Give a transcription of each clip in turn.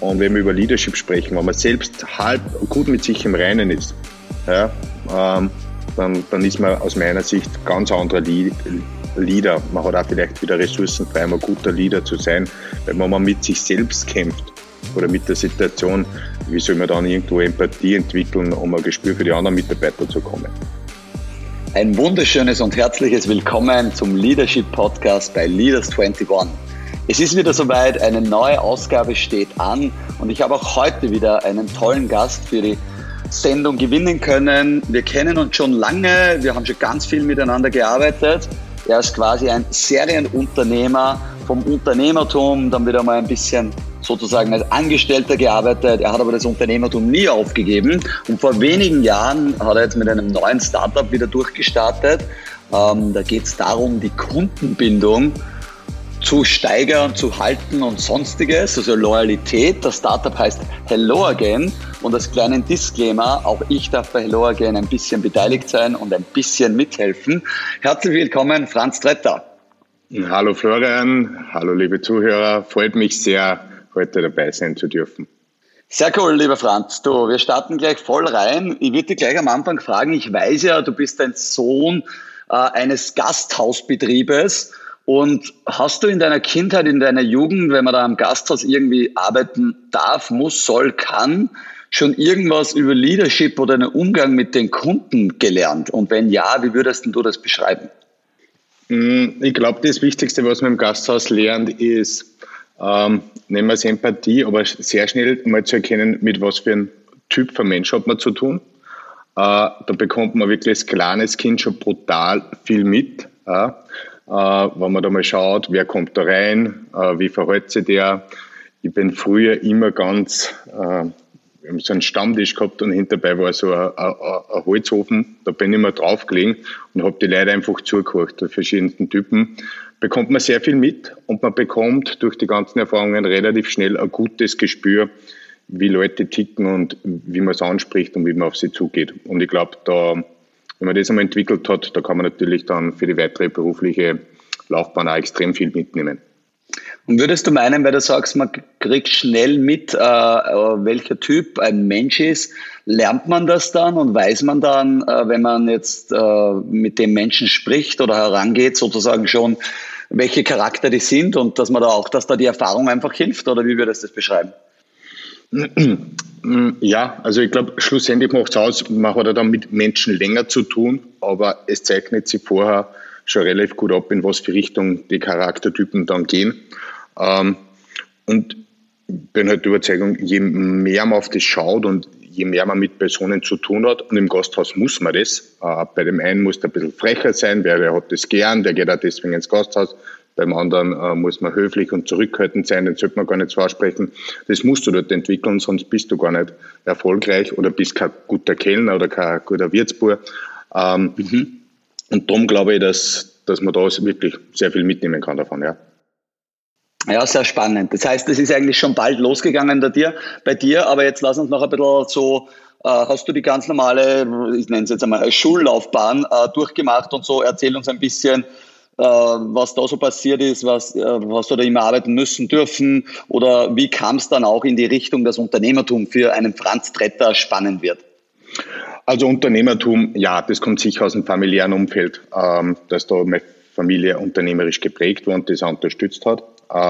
Und wenn wir über Leadership sprechen, wenn man selbst halb gut mit sich im Reinen ist, ja, dann ist man aus meiner Sicht ganz anderer Leader. Man hat auch vielleicht wieder Ressourcen frei, um ein guter Leader zu sein. Weil wenn man mit sich selbst kämpft oder mit der Situation, wie soll man dann irgendwo Empathie entwickeln, um ein Gespür für die anderen Mitarbeiter zu bekommen? Ein wunderschönes und herzliches Willkommen zum Leadership Podcast bei Leaders 21. Es ist wieder soweit, eine neue Ausgabe steht an und ich habe auch heute wieder einen tollen Gast für die Sendung gewinnen können. Wir kennen uns schon lange, wir haben schon ganz viel miteinander gearbeitet. Er ist quasi ein Serienunternehmer vom Unternehmertum, dann wieder mal ein bisschen sozusagen als Angestellter gearbeitet. Er hat aber das Unternehmertum nie aufgegeben und vor wenigen Jahren hat er jetzt mit einem neuen Startup wieder durchgestartet. Da geht es darum, die Kundenbindung zu steigern, zu halten und sonstiges, also Loyalität. Das Startup heißt Hello Again und als kleinen Disclaimer, auch ich darf bei Hello Again ein bisschen beteiligt sein und ein bisschen mithelfen. Herzlich willkommen, Franz Tretter. Hallo Florian, hallo liebe Zuhörer, freut mich sehr, heute dabei sein zu dürfen. Sehr cool, lieber Franz. Du, wir starten gleich voll rein. Ich würde dich gleich am Anfang fragen, ich weiß ja, du bist ein Sohn eines Gasthausbetriebes. Und hast du in deiner Kindheit, in deiner Jugend, wenn man da am Gasthaus irgendwie arbeiten darf, muss, soll, kann, schon irgendwas über Leadership oder einen Umgang mit den Kunden gelernt? Und wenn ja, wie würdest du das beschreiben? Ich glaube, das Wichtigste, was man im Gasthaus lernt, ist, nehmen wir es Empathie, aber sehr schnell mal zu erkennen, mit was für ein Typ von Mensch hat man zu tun. Da bekommt man wirklich als kleines Kind schon brutal viel mit. Wenn man da mal schaut, wer kommt da rein, wie verhält sich der. Ich bin früher immer ganz, wir haben so einen Stammtisch gehabt und hinterbei war so ein Holzofen, da bin ich immer drauf gelegen und habe die Leute einfach zugehört, die verschiedensten Typen. Bekommt man sehr viel mit und man bekommt durch die ganzen Erfahrungen relativ schnell ein gutes Gespür, wie Leute ticken und wie man es anspricht und wie man auf sie zugeht. Und ich glaube, wenn man das einmal entwickelt hat, da kann man natürlich dann für die weitere berufliche Laufbahn auch extrem viel mitnehmen. Und würdest du meinen, weil du sagst, man kriegt schnell mit, welcher Typ ein Mensch ist, lernt man das dann und weiß man dann, wenn man jetzt mit dem Menschen spricht oder herangeht, sozusagen schon, welche Charakter die sind und dass da die Erfahrung einfach hilft? Oder wie würdest du das beschreiben? Ja, also ich glaube, schlussendlich macht es aus, man hat ja dann mit Menschen länger zu tun, aber es zeichnet sich vorher schon relativ gut ab, in was für Richtung die Charaktertypen dann gehen. Und bin halt der Überzeugung, je mehr man auf das schaut und je mehr man mit Personen zu tun hat, und im Gasthaus muss man das, bei dem einen muss der ein bisschen frecher sein, der hat das gern, der geht auch deswegen ins Gasthaus. Beim anderen muss man höflich und zurückhaltend sein, den sollte man gar nicht so aussprechen. Das musst du dort entwickeln, sonst bist du gar nicht erfolgreich oder bist kein guter Kellner oder kein guter Wirtsbauer. Und darum glaube ich, dass man da wirklich sehr viel mitnehmen kann davon, ja. Ja, sehr spannend. Das heißt, es ist eigentlich schon bald losgegangen bei dir, aber jetzt lass uns noch ein bisschen so, hast du die ganz normale, ich nenne es jetzt einmal Schullaufbahn durchgemacht und so, erzähl uns ein bisschen, was da so passiert ist, was hast du da immer arbeiten müssen dürfen oder wie kam es dann auch in die Richtung, dass Unternehmertum für einen Franz Tretter spannend wird? Also Unternehmertum, ja, das kommt sicher aus dem familiären Umfeld, dass da meine Familie unternehmerisch geprägt war und das auch unterstützt hat.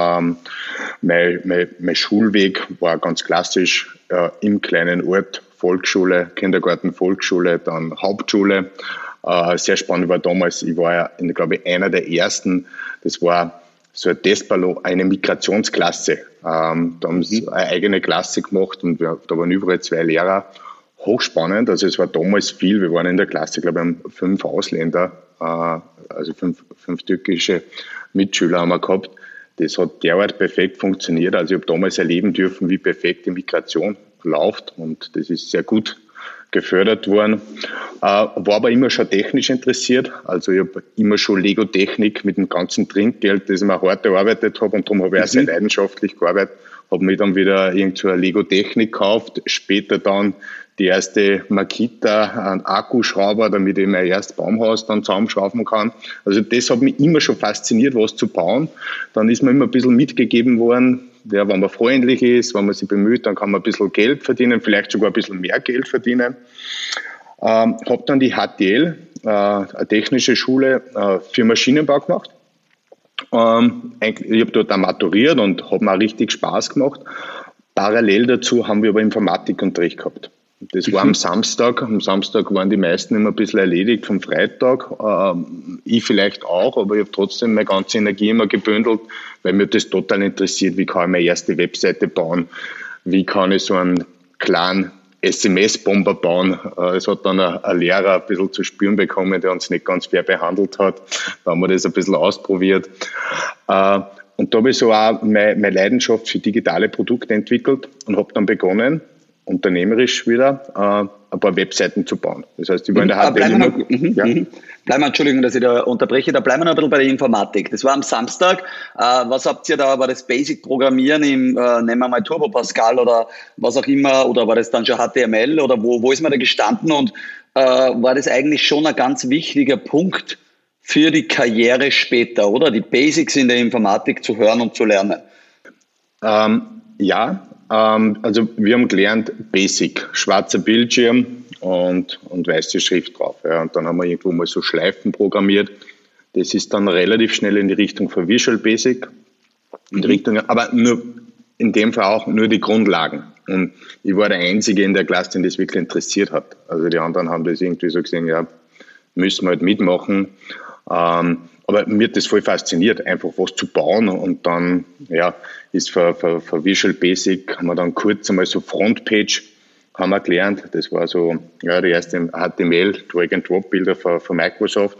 Mein Schulweg war ganz klassisch im kleinen Ort, Volksschule, Kindergarten, Volksschule, dann Hauptschule. Sehr spannend war damals, ich war ja, glaube ich, einer der ersten, das war so ein Testballon, eine Migrationsklasse. Da haben sie eine eigene Klasse gemacht und da waren überall 2 Lehrer. Hochspannend, also es war damals viel, wir waren in der Klasse, glaube ich, haben 5 Ausländer, also 5 türkische Mitschüler haben wir gehabt. Das hat derart perfekt funktioniert, also ich habe damals erleben dürfen, wie perfekt die Migration läuft und das ist sehr gut gefördert worden. War aber immer schon technisch interessiert, also ich habe immer schon Lego-Technik mit dem ganzen Trinkgeld, das ich mir hart erarbeitet habe und darum habe ich auch sehr leidenschaftlich gearbeitet, habe mir dann wieder irgendwo eine Lego-Technik gekauft, später dann die erste Makita, einen Akkuschrauber, damit ich mein erstes Baumhaus dann zusammenschrauben kann. Also das hat mich immer schon fasziniert, was zu bauen. Dann ist mir immer ein bisschen mitgegeben worden, Ja, wenn man freundlich ist, wenn man sich bemüht, dann kann man ein bisschen Geld verdienen, vielleicht sogar ein bisschen mehr Geld verdienen. Habe dann die HTL, eine technische Schule für Maschinenbau gemacht. Ich habe dort auch maturiert und habe mir auch richtig Spaß gemacht. Parallel dazu haben wir aber Informatikunterricht gehabt. Das war am Samstag. Am Samstag waren die meisten immer ein bisschen erledigt vom Freitag. Ich vielleicht auch, aber ich habe trotzdem meine ganze Energie immer gebündelt, weil mir das total interessiert. Wie kann ich meine erste Webseite bauen? Wie kann ich so einen kleinen SMS-Bomber bauen? Es hat dann ein Lehrer ein bisschen zu spüren bekommen, der uns nicht ganz fair behandelt hat. Da haben wir das ein bisschen ausprobiert. Und da habe ich so auch meine Leidenschaft für digitale Produkte entwickelt und habe dann begonnen, unternehmerisch wieder ein paar Webseiten zu bauen. Das heißt, ich war in der Bleiben wir, Entschuldigung, dass ich da unterbreche, da bleiben wir noch ein bisschen bei der Informatik. Das war am Samstag. Was habt ihr da? War das Basic-Programmieren im, nehmen wir mal Turbo Pascal oder was auch immer, oder war das dann schon HTML oder wo ist man da gestanden und war das eigentlich schon ein ganz wichtiger Punkt für die Karriere später, oder? Die Basics in der Informatik zu hören und zu lernen. Also wir haben gelernt Basic, schwarzer Bildschirm und weiße Schrift drauf. Ja. Und dann haben wir irgendwo mal so Schleifen programmiert. Das ist dann relativ schnell in die Richtung von Visual Basic, in die Richtung, aber nur in dem Fall auch nur die Grundlagen. Und ich war der Einzige in der Klasse, den das wirklich interessiert hat. Also die anderen haben das irgendwie so gesehen, ja, müssen wir halt mitmachen. Aber mir hat das voll fasziniert, einfach was zu bauen, und dann, ja, ist für Visual Basic, haben wir dann kurz einmal so Frontpage haben wir gelernt. Das war so, ja, die erste HTML, Drag-and-Drop-Bilder von Microsoft.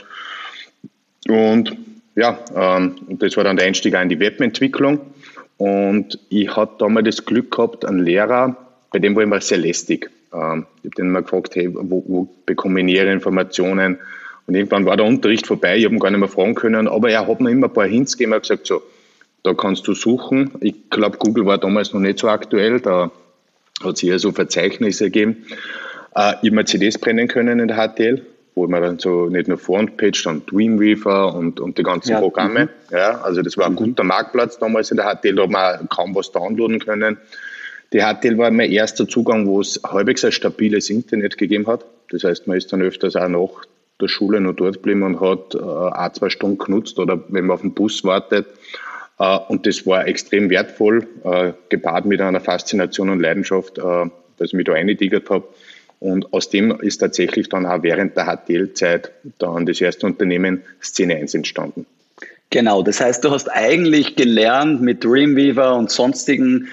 Und ja, das war dann der Einstieg auch in die Webentwicklung. Und ich hatte damals das Glück gehabt, einen Lehrer, bei dem war ich immer sehr lästig. Ich habe den mal gefragt, hey, wo bekomme ich nähere Informationen? Und irgendwann war der Unterricht vorbei, ich habe ihn gar nicht mehr fragen können, aber er hat mir immer ein paar Hints gegeben, er hat gesagt, so, da kannst du suchen. Ich glaube, Google war damals noch nicht so aktuell, da hat es eher so Verzeichnisse gegeben. Ich habe mir CDs brennen können in der HTL, wo man dann so nicht nur Frontpage, dann Dreamweaver und die ganzen Programme. Ja, also das war ein guter Marktplatz damals in der HTL, da hat man kaum was downloaden können. Die HTL war mein erster Zugang, wo es halbwegs ein stabiles Internet gegeben hat. Das heißt, man ist dann öfters auch nach der Schule noch dort geblieben und hat 1-2 Stunden genutzt, oder wenn man auf den Bus wartet. Und das war extrem wertvoll, gepaart mit einer Faszination und Leidenschaft, dass ich mich da eingetigert habe. Und aus dem ist tatsächlich dann auch während der HTL-Zeit dann das erste Unternehmen Szene 1 entstanden. Genau, das heißt, du hast eigentlich gelernt mit Dreamweaver und sonstigen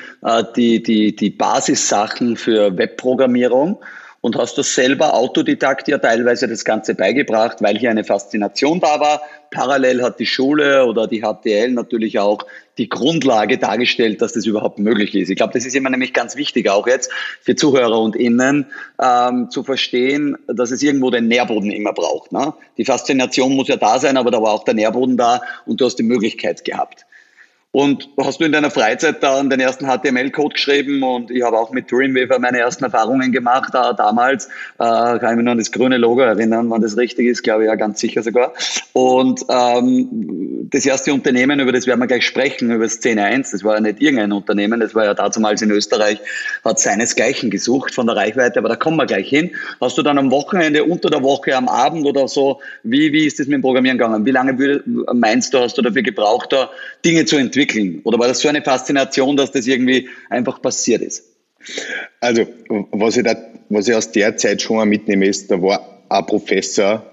die Basissachen für Webprogrammierung und hast das selber Autodidakt ja teilweise das Ganze beigebracht, weil hier eine Faszination da war. Parallel hat die Schule oder die HTL natürlich auch die Grundlage dargestellt, dass das überhaupt möglich ist. Ich glaube, das ist immer nämlich ganz wichtig, auch jetzt für Zuhörer und Innen, zu verstehen, dass es irgendwo den Nährboden immer braucht. Ne? Die Faszination muss ja da sein, aber da war auch der Nährboden da und du hast die Möglichkeit gehabt. Und hast du in deiner Freizeit dann den ersten HTML-Code geschrieben, und ich habe auch mit Dreamweaver meine ersten Erfahrungen gemacht, damals, kann ich mich noch an das grüne Logo erinnern, wann das richtig ist, glaube ich, ja, ganz sicher sogar. Und das erste Unternehmen, über das werden wir gleich sprechen, über Szene 1, das war ja nicht irgendein Unternehmen, das war ja damals in Österreich, hat seinesgleichen gesucht von der Reichweite, aber da kommen wir gleich hin. Hast du dann am Wochenende, unter der Woche, am Abend oder so, wie ist das mit dem Programmieren gegangen? Wie lange meinst du, hast du dafür gebraucht, da Dinge zu entwickeln? Oder war das so eine Faszination, dass das irgendwie einfach passiert ist? Also, was ich aus der Zeit schon mal mitnehme, ist, da war ein Professor,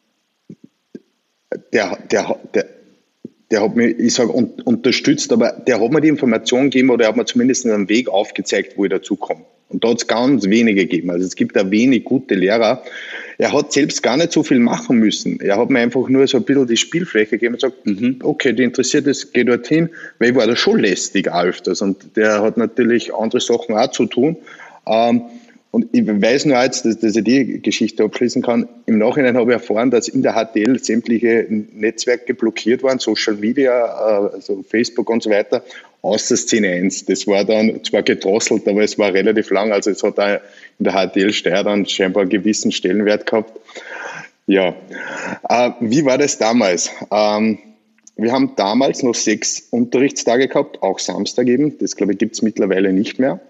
der hat mich, ich sage, unterstützt, aber der hat mir die Information gegeben, oder er hat mir zumindest einen Weg aufgezeigt, wo ich dazukomme. Und da hat es ganz wenige gegeben. Also es gibt da wenig gute Lehrer. Er hat selbst gar nicht so viel machen müssen. Er hat mir einfach nur so ein bisschen die Spielfläche gegeben und gesagt, okay, die interessiert es, geh dorthin, weil ich war da schon lästig auch öfters. Und der hat natürlich andere Sachen auch zu tun. Und ich weiß nur jetzt, dass ich die Geschichte abschließen kann. Im Nachhinein habe ich erfahren, dass in der HTL sämtliche Netzwerke blockiert waren, Social Media, also Facebook und so weiter, außer Szene 1. Das war dann zwar gedrosselt, aber es war relativ lang. Also es hat auch in der HTL Steyr dann scheinbar einen gewissen Stellenwert gehabt. Ja, wie war das damals? wir haben damals noch 6 Unterrichtstage gehabt, auch Samstag eben. Das, glaube ich, gibt es mittlerweile nicht mehr.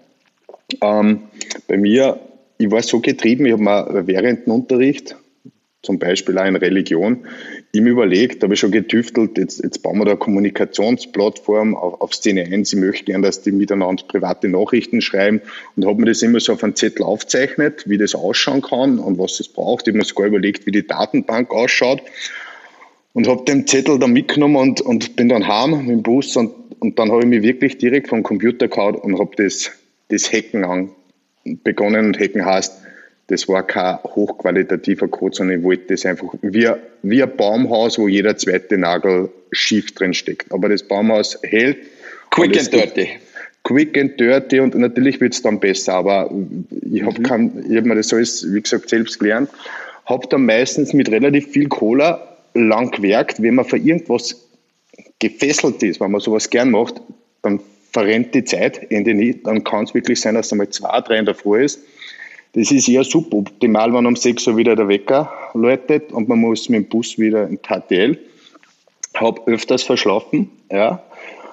Bei mir, ich war so getrieben, ich habe mir während dem Unterricht, zum Beispiel auch in Religion, ihm überlegt, habe ich schon getüftelt, jetzt bauen wir da eine Kommunikationsplattform auf Szene 1. Ich möchte gerne, dass die miteinander private Nachrichten schreiben und habe mir das immer so auf einen Zettel aufgezeichnet, wie das ausschauen kann und was es braucht. Ich habe mir sogar überlegt, wie die Datenbank ausschaut und habe den Zettel dann mitgenommen und bin dann heim mit dem Bus und dann habe ich mich wirklich direkt vom Computer gehauen und habe das Hacken begonnen. Und Hacken heißt, das war kein hochqualitativer Code, sondern ich wollte das einfach wie ein Baumhaus, wo jeder zweite Nagel schief drin steckt. Aber das Baumhaus hält. Quick and dirty. Quick and dirty und natürlich wird es dann besser, aber ich hab mir das alles, wie gesagt, selbst gelernt. Habe dann meistens mit relativ viel Cola lang gewerkt. Wenn man für irgendwas gefesselt ist, wenn man sowas gern macht, dann verrennt die Zeit, Ende nicht. Dann kann es wirklich sein, dass einmal 2, 3 in der Früh ist. Das ist eher suboptimal, wenn um 6 Uhr wieder der Wecker läutet und man muss mit dem Bus wieder in HTL. Habe öfters verschlafen, ja.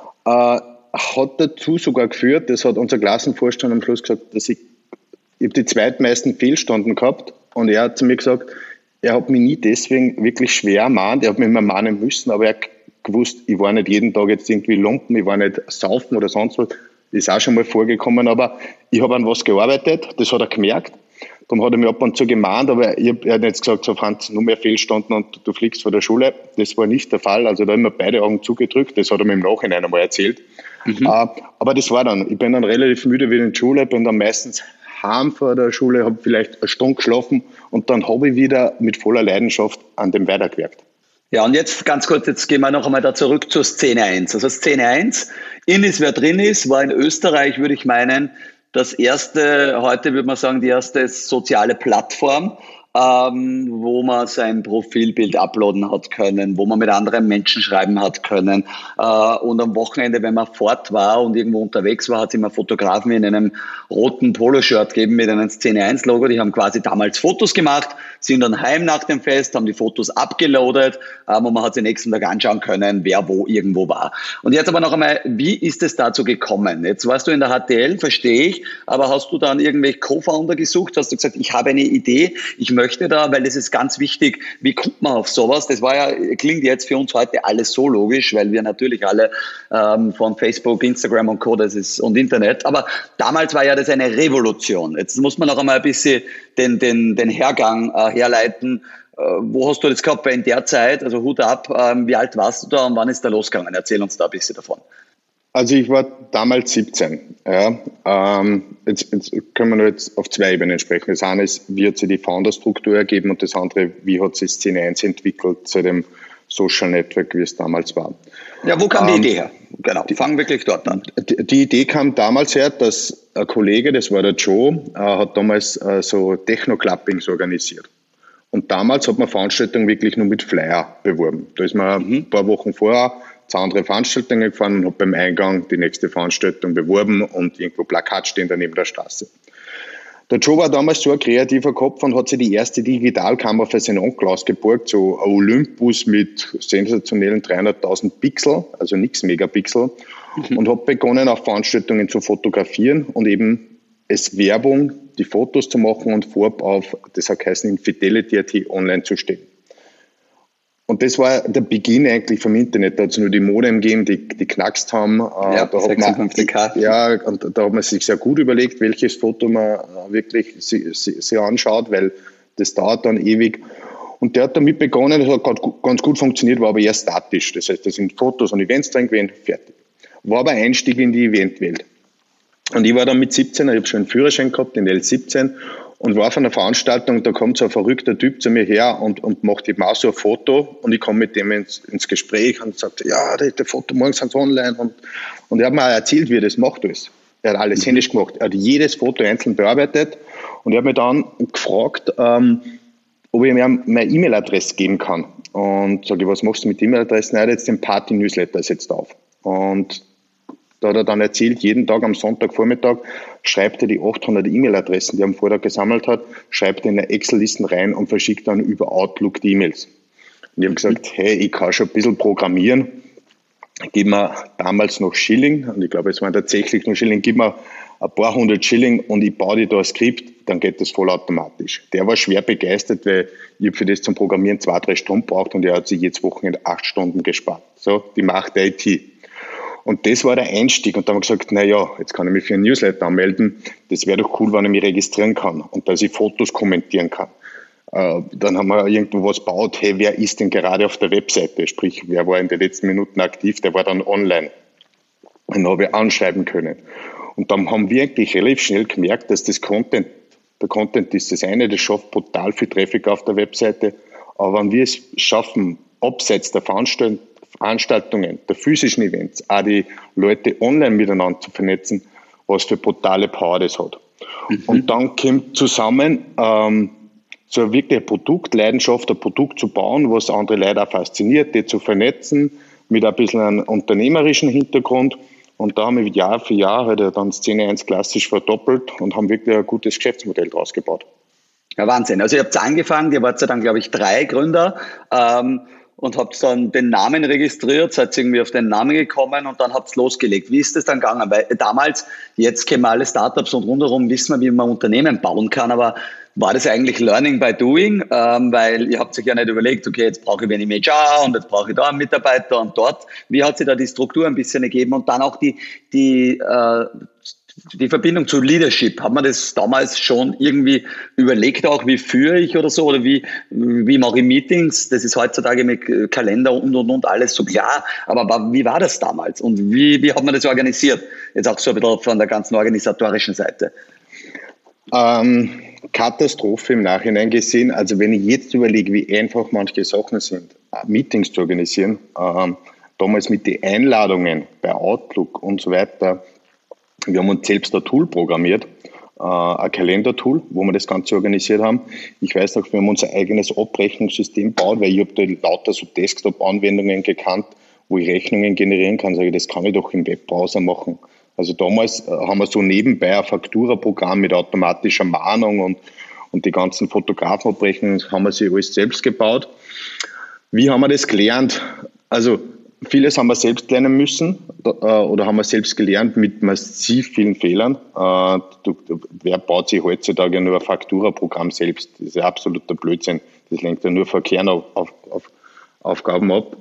Hat dazu sogar geführt, das hat unser Klassenvorstand am Schluss gesagt, dass ich habe die zweitmeisten Fehlstunden gehabt und er hat zu mir gesagt, er hat mich nie deswegen wirklich schwer ermahnt, er hat mich immer mahnen müssen, aber er hat gewusst, ich war nicht jeden Tag jetzt irgendwie Lumpen, ich war nicht saufen oder sonst was. Das ist auch schon mal vorgekommen, aber ich habe an was gearbeitet, das hat er gemerkt. Darum hat er mich ab und zu gemahnt, aber er hat jetzt gesagt, so Franz, nur mehr Fehlstunden und du fliegst von der Schule. Das war nicht der Fall, also da haben wir beide Augen zugedrückt, das hat er mir im Nachhinein einmal erzählt. Aber das war dann, ich bin dann relativ müde wieder in die Schule, bin dann meistens heim vor der Schule, habe vielleicht eine Stunde geschlafen und dann habe ich wieder mit voller Leidenschaft an dem weitergewirkt. Ja, und jetzt ganz kurz, jetzt gehen wir noch einmal da zurück zur Szene 1. Also Szene 1, in ist wer drin ist, war in Österreich, würde ich meinen, das erste, heute würde man sagen, die erste soziale Plattform, wo man sein Profilbild uploaden hat können, wo man mit anderen Menschen schreiben hat können. Und am Wochenende, wenn man fort war und irgendwo unterwegs war, hat es immer Fotografen in einem roten Poloshirt gegeben mit einem Szene 1 Logo. Die haben quasi damals Fotos gemacht, sind dann heim nach dem Fest, haben die Fotos abgeloadet und man hat sich nächsten Tag anschauen können, wer wo irgendwo war. Und jetzt aber noch einmal, wie ist es dazu gekommen? Jetzt warst du in der HTL, verstehe ich, aber hast du dann irgendwelche Co-Founder gesucht? Hast du gesagt, ich habe eine Idee, ich möchte da, weil das ist ganz wichtig, wie kommt man auf sowas? Das war ja, klingt jetzt für uns heute alles so logisch, weil wir natürlich alle von Facebook, Instagram und Co. und Internet, aber damals war ja das eine Revolution. Jetzt muss man noch einmal ein bisschen den Hergang herleiten. Wo hast du das gehabt in der Zeit? Also Hut ab, wie alt warst du da und wann ist da losgegangen? Erzähl uns da ein bisschen davon. Also ich war damals 17. Ja. Jetzt können wir nur jetzt auf 2 Ebenen sprechen. Das eine ist, wie hat sich die Founder-Struktur ergeben und das andere, wie hat sich Szene 1 entwickelt zu dem Social Network, wie es damals war. Ja, wo kam die Idee her? Genau, die fangen wirklich dort an. Die Idee kam damals her, dass ein Kollege, das war der Joe, hat damals so Techno-Clubbings organisiert. Und damals hat man Veranstaltungen wirklich nur mit Flyer beworben. Da ist man ein paar Wochen vorher zu anderen Veranstaltungen gefahren und hat beim Eingang die nächste Veranstaltung beworben und irgendwo Plakat stehen daneben der Straße. Der Joe war damals so ein kreativer Kopf und hat sich die erste Digitalkamera für seinen Onkel ausgeborgt, so ein Olympus mit sensationellen 300.000 Pixel, also nichts Megapixel, und hat begonnen, auf Veranstaltungen zu fotografieren und eben als Werbung die Fotos zu machen und vorab auf, das hat geheißen, Infidelity.at online zu stellen. Und das war der Beginn eigentlich vom Internet. Da hat es nur die Modem gegeben, die knackst haben. Ja, da 56K. Ja, und da hat man sich sehr gut überlegt, welches Foto man wirklich sich anschaut, weil das dauert dann ewig. Und der hat damit begonnen, das hat ganz gut funktioniert, war aber eher statisch. Das heißt, da sind Fotos und Events drin gewesen, fertig. War aber Einstieg in die Eventwelt. Und ich war dann mit 17, ich habe schon einen Führerschein gehabt, den L17, und war auf einer Veranstaltung, da kommt so ein verrückter Typ zu mir her und macht eben auch so ein Foto und ich komme mit dem ins Gespräch und sagt, ja, die Foto morgen sind online und er hat mir auch erzählt, wie er das macht alles. Er hat alles händisch gemacht. Er hat jedes Foto einzeln bearbeitet und er hat mich dann gefragt, ob ich mir meine E-Mail-Adresse geben kann. Und sage ich, was machst du mit E-Mail-Adresse? Nein, jetzt den Party-Newsletter setzt auf. Und da hat er dann erzählt, jeden Tag am Sonntagvormittag schreibt er die 800 E-Mail-Adressen, die er am Vortag gesammelt hat, schreibt er in eine Excel-Listen rein und verschickt dann über Outlook die E-Mails. Und ich habe gesagt, hey, ich kann schon ein bisschen programmieren, gib mir damals noch Schilling, und ich glaube, es waren tatsächlich noch Schilling, gib mir ein paar hundert Schilling und ich baue dir da ein Skript, dann geht das vollautomatisch. Der war schwer begeistert, weil ich für das zum Programmieren 2-3 Stunden braucht und er hat sich jedes Wochenende 8 Stunden gespart. So, die Macht der IT. Und das war der Einstieg. Und da haben wir gesagt, jetzt kann ich mich für einen Newsletter anmelden. Das wäre doch cool, wenn ich mich registrieren kann und dass ich Fotos kommentieren kann. Dann haben wir irgendwo was gebaut, hey, wer ist denn gerade auf der Webseite? Sprich, wer war in den letzten Minuten aktiv, der war dann online. Und dann habe ich anschreiben können. Und dann haben wir eigentlich relativ schnell gemerkt, dass der Content ist das eine, das schafft brutal viel Traffic auf der Webseite. Aber wenn wir es schaffen, abseits der Veranstaltungen, der physischen Events, auch die Leute online miteinander zu vernetzen, was für brutale Power das hat. Und dann kommt zusammen, so wirklich eine Produktleidenschaft, ein Produkt zu bauen, was andere Leute auch fasziniert, die zu vernetzen, mit ein bisschen einem unternehmerischen Hintergrund. Und da haben wir Jahr für Jahr halt dann Szene 1 klassisch verdoppelt und haben wirklich ein gutes Geschäftsmodell draus gebaut. Ja, Wahnsinn. Also ihr habt angefangen, ihr wart ja dann, glaube ich, 3 Gründer und habt dann den Namen registriert, seid irgendwie auf den Namen gekommen und dann habt ihr losgelegt. Wie ist das dann gegangen? Weil damals, jetzt kennen wir alle Startups und rundherum wissen wir, wie man Unternehmen bauen kann, aber war das eigentlich Learning by Doing? Weil ihr habt euch ja nicht überlegt, okay, jetzt brauche ich wenig HR und jetzt brauche ich da einen Mitarbeiter und dort. Wie hat sich da die Struktur ein bisschen ergeben und dann auch die Verbindung zu Leadership? Hat man das damals schon irgendwie überlegt, auch wie führe ich oder so? Oder wie mache ich Meetings? Das ist heutzutage mit Kalender und alles so klar. Aber wie war das damals? Und wie hat man das organisiert? Jetzt auch so ein bisschen von der ganzen organisatorischen Seite. Katastrophe im Nachhinein gesehen. Also wenn ich jetzt überlege, wie einfach manche Sachen sind, Meetings zu organisieren, damals mit den Einladungen bei Outlook und so weiter, wir haben uns selbst ein Tool programmiert, ein Kalendertool, wo wir das Ganze organisiert haben. Ich weiß noch, wir haben unser eigenes Abrechnungssystem gebaut, weil ich habe da lauter so Desktop-Anwendungen gekannt, wo ich Rechnungen generieren kann. Sage ich, das kann ich doch im Webbrowser machen. Also damals haben wir so nebenbei ein Fakturaprogramm mit automatischer Mahnung und die ganzen Fotografenabrechnungen haben wir sich alles selbst gebaut. Wie haben wir das gelernt? Also vieles haben wir selbst lernen müssen oder haben wir selbst gelernt mit massiv vielen Fehlern. Wer baut sich heutzutage nur ein Fakturaprogramm selbst? Das ist absoluter Blödsinn. Das lenkt ja nur Verkehrsaufgaben ab.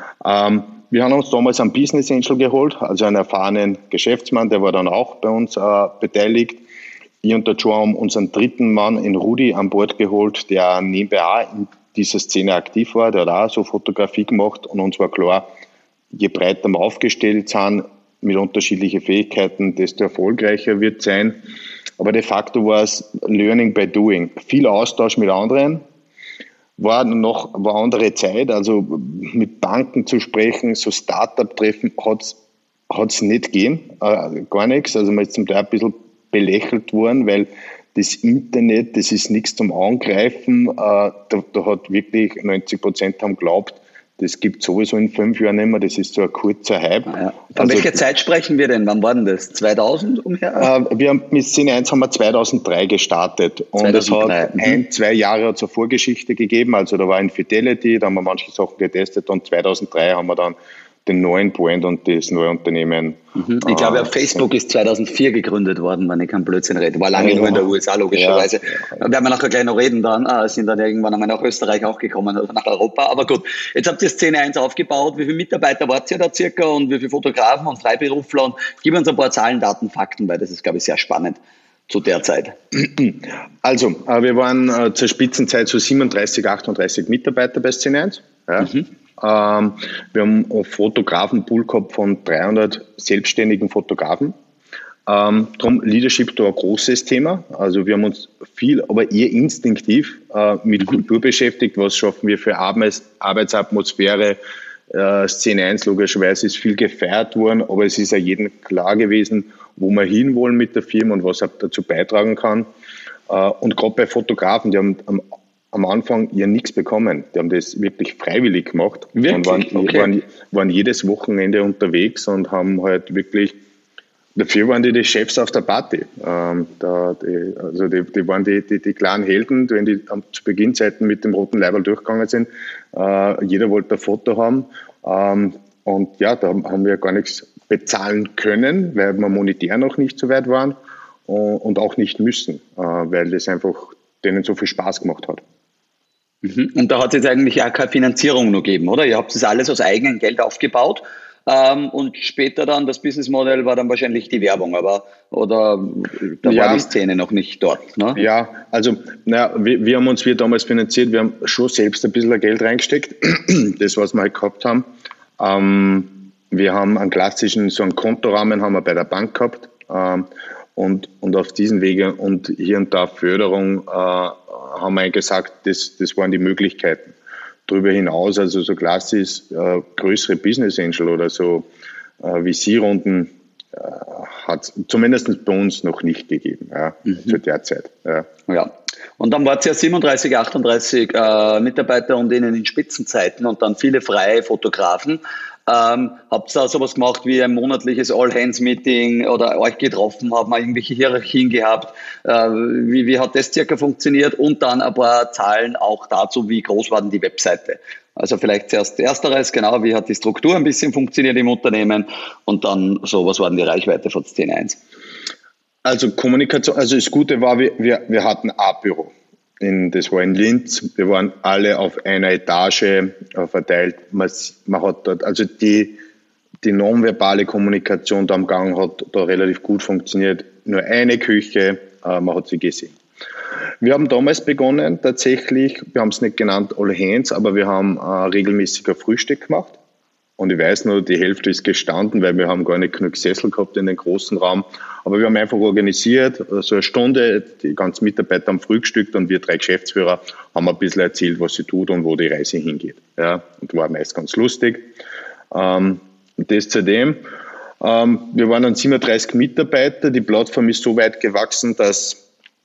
Wir haben uns damals einen Business Angel geholt, also einen erfahrenen Geschäftsmann, der war dann auch bei uns beteiligt. Ich und der Joe haben unseren dritten Mann in Rudi an Bord geholt, der nebenbei auch in dieser Szene aktiv war, der hat auch so Fotografie gemacht und uns war klar, je breiter wir aufgestellt sind mit unterschiedlichen Fähigkeiten, desto erfolgreicher wird es sein. Aber de facto war es Learning by Doing. Viel Austausch mit anderen. War andere Zeit, also mit Banken zu sprechen, so Start-up-Treffen hat's nicht gegeben, gar nichts. Also man ist zum Teil ein bisschen belächelt worden, weil das Internet, das ist nichts zum Angreifen. Da hat wirklich 90% haben geglaubt, das gibt sowieso in 5 Jahren nicht mehr, das ist so ein kurzer Hype. Ja. Von welcher Zeit sprechen wir denn? Wann war denn das? 2000 umher? Wir haben mit Szene 1 haben wir 2003 gestartet und 2003. Es hat 1-2 Jahre zur Vorgeschichte gegeben, also da war Infidelity, da haben wir manche Sachen getestet und 2003 haben wir dann den neuen Point und das neue Unternehmen. Ich glaube, Facebook ist 2004 gegründet worden, wenn ich keinen Blödsinn rede. War lange nur in der USA, logischerweise. Ja. Werden wir nachher gleich noch reden dann. Sind dann irgendwann einmal nach Österreich auch gekommen oder nach Europa. Aber gut, jetzt habt ihr Szene 1 aufgebaut. Wie viele Mitarbeiter wart ihr da circa und wie viele Fotografen und Freiberufler? Und gib uns ein paar Zahlen, Daten, Fakten, weil das ist, glaube ich, sehr spannend zu der Zeit. Also, wir waren zur Spitzenzeit so 37, 38 Mitarbeiter bei Szene 1. Ja. Wir haben einen Fotografenpool gehabt von 300 selbstständigen Fotografen. Darum Leadership da ein großes Thema. Also wir haben uns viel, aber eher instinktiv mit Kultur beschäftigt. Was schaffen wir für Arbeitsatmosphäre? Szene 1 logischerweise ist viel gefeiert worden, aber es ist ja jedem klar gewesen, wo wir hinwollen mit der Firma und was er dazu beitragen kann. Und gerade bei Fotografen, die haben am Anfang ja nichts bekommen. Die haben das wirklich freiwillig gemacht. Wirklich? Und waren jedes Wochenende unterwegs und haben halt wirklich, dafür waren die Chefs auf der Party. Die waren die kleinen Helden, wenn die zu Beginnzeiten mit dem roten Leiberl durchgegangen sind. Jeder wollte ein Foto haben. Und ja, da haben wir gar nichts bezahlen können, weil wir monetär noch nicht so weit waren und auch nicht müssen, weil das einfach denen so viel Spaß gemacht hat. Und da hat es jetzt eigentlich auch keine Finanzierung noch gegeben, oder? Ihr habt das alles aus eigenem Geld aufgebaut. Und später dann, das Businessmodell war dann wahrscheinlich die Werbung, aber war die Szene noch nicht dort, ne? Ja, also wir haben damals finanziert, wir haben schon selbst ein bisschen Geld reingesteckt, das, was wir halt gehabt haben. Wir haben einen klassischen, so einen Kontorahmen haben wir bei der Bank gehabt, und auf diesen Wege und hier und da Förderung haben wir gesagt, das waren die Möglichkeiten. Darüber hinaus, also so klassisch größere Business Angel oder so VC-Runden hat es zumindest bei uns noch nicht gegeben, zu der Zeit. Ja. Und dann wart ihr ja 37, 38 Mitarbeiter und denen in Spitzenzeiten und dann viele freie Fotografen. Habt ihr da sowas gemacht wie ein monatliches All-Hands-Meeting oder euch getroffen, habt ihr irgendwelche Hierarchien gehabt? Wie hat das circa funktioniert? Und dann ein paar Zahlen auch dazu, wie groß war denn die Webseite? Also vielleicht zuerst Ersteres, genau, wie hat die Struktur ein bisschen funktioniert im Unternehmen und dann so, was war denn die Reichweite von Szene 1? Also Kommunikation, also das Gute war, wir hatten ein Büro. Das war in Linz. Wir waren alle auf einer Etage verteilt. Man hat dort, also die nonverbale Kommunikation da am Gang hat da relativ gut funktioniert. Nur eine Küche, man hat sie gesehen. Wir haben damals begonnen, tatsächlich, wir haben es nicht genannt All Hands, aber wir haben regelmäßiger Frühstück gemacht. Und ich weiß nur, die Hälfte ist gestanden, weil wir haben gar nicht genug Sessel gehabt in den großen Raum. Aber wir haben einfach organisiert, so eine Stunde, die ganzen Mitarbeiter haben frühstückt und wir 3 Geschäftsführer haben ein bisschen erzählt, was sie tut und wo die Reise hingeht. Ja, und war meist ganz lustig. Und das zudem. Wir waren dann 37 Mitarbeiter. Die Plattform ist so weit gewachsen, dass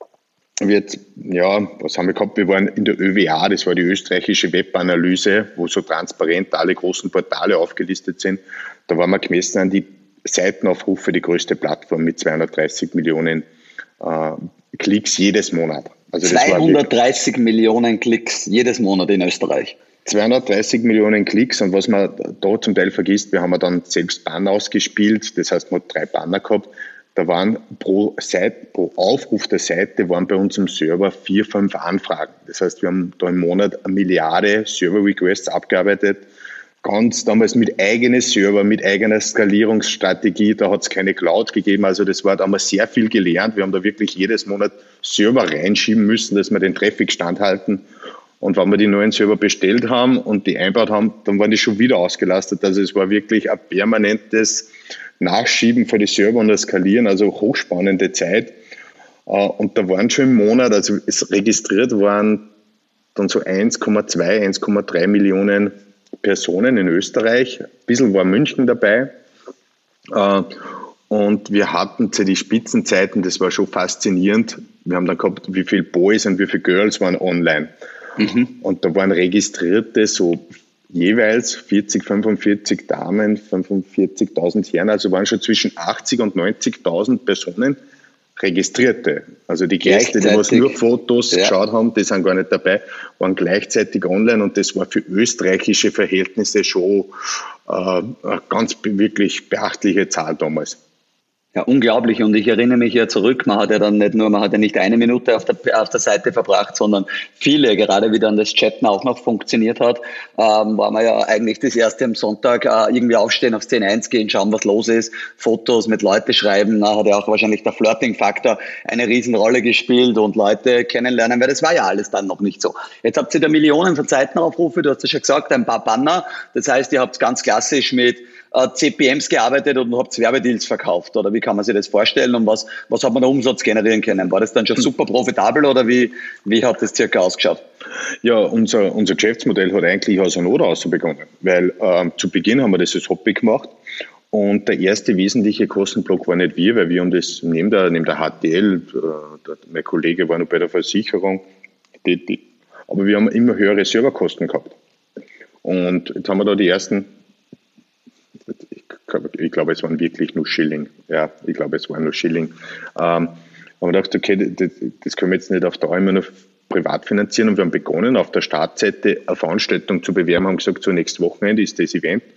was haben wir gehabt? Wir waren in der ÖWA, das war die österreichische Webanalyse, wo so transparent alle großen Portale aufgelistet sind. Da waren wir gemessen an die Seitenaufrufe die größte Plattform mit 230 Millionen Klicks jedes Monat. Also 230 Millionen Klicks jedes Monat in Österreich. 230 Millionen Klicks, und was man da zum Teil vergisst, wir haben dann selbst Banner ausgespielt, das heißt, man hat 3 Banner gehabt. Da waren pro Aufruf der Seite waren bei uns im Server 4, 5 Anfragen. Das heißt, wir haben da im Monat 1 Milliarde Server-Requests abgearbeitet. Ganz damals mit eigenen Server, mit eigener Skalierungsstrategie. Da hat es keine Cloud gegeben. Also das war damals sehr viel gelernt. Wir haben da wirklich jedes Monat Server reinschieben müssen, dass wir den Traffic standhalten. Und wenn wir die neuen Server bestellt haben und die einbaut haben, dann waren die schon wieder ausgelastet. Also es war wirklich ein permanentes Nachschieben für die Server und das Skalieren, also hochspannende Zeit. Und da waren schon im Monat, also es registriert waren dann so 1,2, 1,3 Millionen Personen in Österreich. Ein bisschen war München dabei. Und wir hatten zu den Spitzenzeiten, das war schon faszinierend. Wir haben dann gehabt, wie viele Boys und wie viele Girls waren online. Und da waren registrierte so jeweils 40, 45 Damen, 45.000 Herren, also waren schon zwischen 80 und 90.000 Personen Registrierte. Also die Gäste, die nur Fotos geschaut haben, die sind gar nicht dabei, waren gleichzeitig online, und das war für österreichische Verhältnisse schon eine ganz wirklich beachtliche Zahl damals. Ja, unglaublich. Und ich erinnere mich ja zurück, man hat ja nicht 1 Minute auf der Seite verbracht, sondern viele, gerade wie dann das Chatten auch noch funktioniert hat, war man ja eigentlich das erste am Sonntag irgendwie aufstehen, auf Szene 1 gehen, schauen, was los ist, Fotos mit Leute schreiben, hat ja auch wahrscheinlich der Flirting-Faktor eine Riesenrolle gespielt und Leute kennenlernen, weil das war ja alles dann noch nicht so. Jetzt habt ihr da Millionen von Seitenaufrufe, du hast ja schon gesagt, ein paar Banner, das heißt, ihr habt ganz klassisch mit CPMs gearbeitet und habt Werbedeals verkauft, oder wie kann man sich das vorstellen, und was hat man da Umsatz generieren können? War das dann schon super profitabel, oder wie hat das circa ausgeschaut? Ja, unser Geschäftsmodell hat eigentlich aus der Not aus begonnen, weil zu Beginn haben wir das als Hobby gemacht, und der erste wesentliche Kostenblock war nicht wir, weil wir haben das neben der HTL, mein Kollege war noch bei der Versicherung tätig, aber wir haben immer höhere Serverkosten gehabt. Und jetzt haben wir da die ersten, ich glaube, es waren wirklich nur Schilling. Ja, ich glaube, es waren nur Schilling. Haben wir gedacht, okay, das können wir jetzt nicht auf Dauer immer noch privat finanzieren. Und wir haben begonnen, auf der Startseite eine Veranstaltung zu bewerben, haben gesagt, so nächstes Wochenende ist das Event.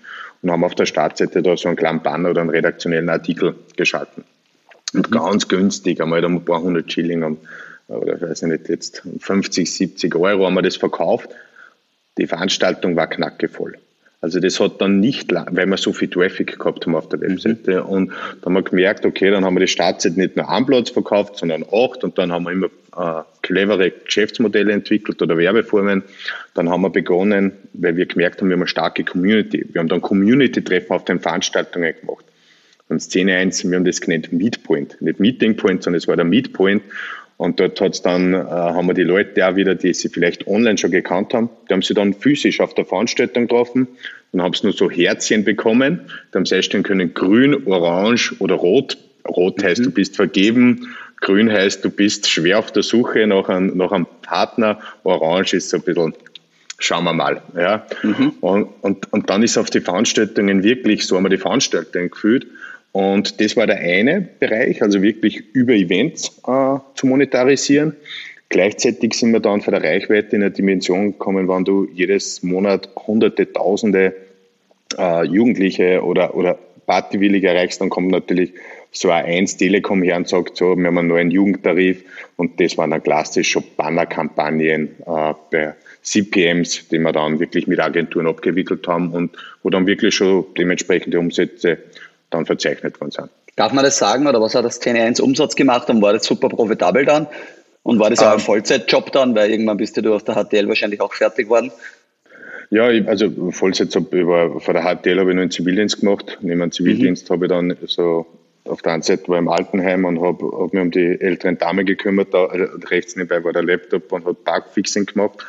und haben auf der Startseite da so einen kleinen Banner oder einen redaktionellen Artikel geschalten. Und ganz günstig, einmal ein paar hundert Schilling, oder ich weiß nicht, jetzt 50, 70 Euro haben wir das verkauft. Die Veranstaltung war knackevoll. Also das hat dann nicht, weil wir so viel Traffic gehabt haben auf der Webseite. Und da haben wir gemerkt, okay, dann haben wir die Startseite nicht nur einen Platz verkauft, sondern 8. Und dann haben wir immer clevere Geschäftsmodelle entwickelt oder Werbeformen. Dann haben wir begonnen, weil wir gemerkt haben, wir haben eine starke Community. Wir haben dann Community-Treffen auf den Veranstaltungen gemacht. Und Szene 1, wir haben das genannt Meetpoint. Nicht Meeting Point, sondern es war der Meetpoint. Und dort haben wir die Leute auch wieder, die sie vielleicht online schon gekannt haben, die haben sie dann physisch auf der Veranstaltung getroffen und haben sie nur so Herzchen bekommen. Da haben sie einstellen können, grün, orange oder rot. Rot heißt, du bist vergeben. Grün heißt, du bist schwer auf der Suche nach einem Partner. Orange ist so ein bisschen, schauen wir mal. Ja. Und dann ist auf die Veranstaltungen wirklich, so haben wir die Veranstaltungen gefühlt. Und das war der eine Bereich, also wirklich über Events zu monetarisieren. Gleichzeitig sind wir dann von der Reichweite in eine Dimension gekommen, wenn du jedes Monat Hunderte, Tausende Jugendliche oder Partywillige erreichst, dann kommt natürlich so ein 1 Telekom her und sagt, so, wir haben einen neuen Jugendtarif. Und das waren dann klassisch schon Bannerkampagnen bei CPMs, die wir dann wirklich mit Agenturen abgewickelt haben und wo dann wirklich schon dementsprechende Umsätze dann verzeichnet worden sind. Darf man das sagen, oder was hat das Szene 1 Umsatz gemacht und war das super profitabel dann? Und war das auch ein Vollzeitjob dann, weil irgendwann bist du aus der HTL wahrscheinlich auch fertig geworden? Ja, also Vollzeitjob von der HTL habe ich nur einen Zivildienst gemacht. Neben dem Zivildienst habe ich dann so auf der einen Seite war ich im Altenheim und habe mich um die älteren Damen gekümmert. Da rechts nebenbei war der Laptop und habe Parkfixing gemacht.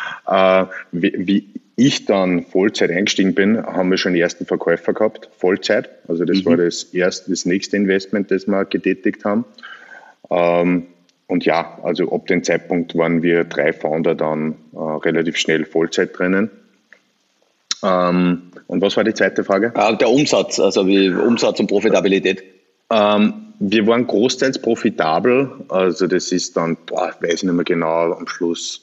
Wie ich dann Vollzeit eingestiegen bin, haben wir schon die ersten Verkäufer gehabt, Vollzeit. Also das war das nächste Investment, das wir getätigt haben. Und ja, also ab dem Zeitpunkt waren wir 3 Founder dann relativ schnell Vollzeit drinnen. Und was war die zweite Frage? Der Umsatz, also wie Umsatz und Profitabilität. Wir waren großteils profitabel. Also das ist dann, weiß ich nicht mehr genau, am Schluss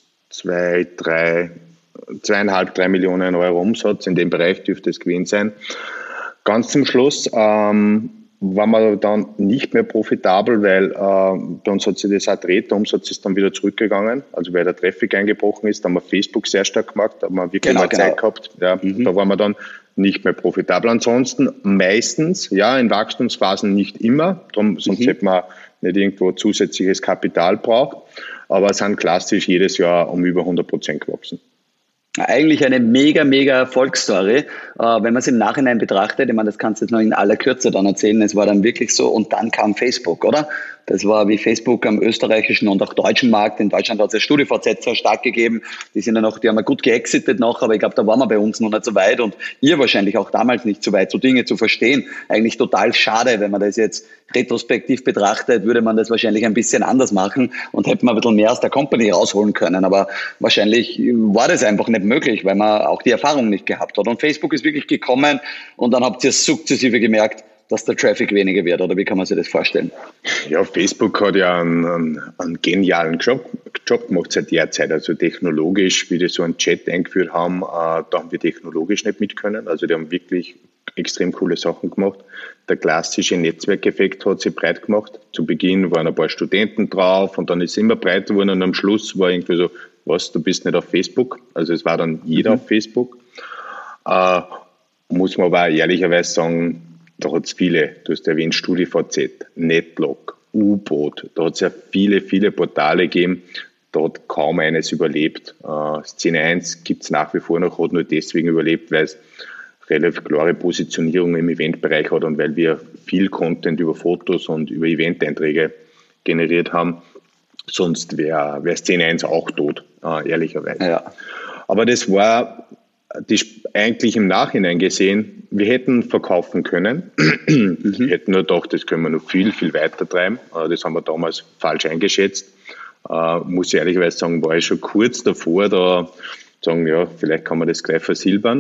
2,5, 3 Millionen Euro Umsatz. In dem Bereich dürfte es gewesen sein. Ganz zum Schluss waren wir dann nicht mehr profitabel, weil bei uns hat sich das auch gedreht. Der Umsatz ist dann wieder zurückgegangen, also weil der Traffic eingebrochen ist. Da haben wir Facebook sehr stark gemacht, da haben wir wirklich Zeit gehabt. Ja, da waren wir dann nicht mehr profitabel. Ansonsten meistens, ja, in Wachstumsphasen nicht immer, sonst hätte man nicht irgendwo zusätzliches Kapital braucht, aber es sind klassisch jedes Jahr um über 100% gewachsen. Eigentlich eine mega Erfolgsstory, wenn man es im Nachhinein betrachtet. Ich meine, das kannst du jetzt noch in aller Kürze dann erzählen. Es war dann wirklich so und dann kam Facebook, oder? Das war wie Facebook am österreichischen und auch deutschen Markt. In Deutschland hat es ja StudiVZ sehr stark gegeben. Die haben ja gut geexitet noch, aber ich glaube, da waren wir bei uns noch nicht so weit und ihr wahrscheinlich auch damals nicht so weit, so Dinge zu verstehen. Eigentlich total schade, wenn man das jetzt retrospektiv betrachtet, würde man das wahrscheinlich ein bisschen anders machen und hätte man ein bisschen mehr aus der Company rausholen können. Aber wahrscheinlich war das einfach nicht möglich, weil man auch die Erfahrung nicht gehabt hat. Und Facebook ist wirklich gekommen und dann habt ihr sukzessive gemerkt, dass der Traffic weniger wird, oder wie kann man sich das vorstellen? Ja, Facebook hat ja einen genialen Job gemacht seit der Zeit. Also technologisch, wie die so einen Chat eingeführt haben, da haben wir technologisch nicht mit können. Also die haben wirklich extrem coole Sachen gemacht. Der klassische Netzwerkeffekt hat sich breit gemacht. Zu Beginn waren ein paar Studenten drauf und dann ist es immer breiter geworden und am Schluss war irgendwie so, was, du bist nicht auf Facebook? Also es war dann jeder auf Facebook. Muss man aber auch ehrlicherweise sagen, da hat es viele, du hast erwähnt, StudiVZ, Netlog, U-Boot, da hat es ja viele Portale gegeben, da hat kaum eines überlebt. Szene 1 gibt es nach wie vor noch, hat nur deswegen überlebt, weil es relativ klare Positionierung im Eventbereich hat und weil wir viel Content über Fotos und über Event-Einträge generiert haben. Sonst wäre Szene 1 auch tot, ehrlicherweise. Ja. Aber das war eigentlich im Nachhinein gesehen, wir hätten verkaufen können. Wir hätten nur gedacht, das können wir noch viel weiter treiben. Das haben wir damals falsch eingeschätzt. Muss ich ehrlicherweise sagen, war ich schon kurz davor, da sagen, ja, vielleicht kann man das gleich versilbern.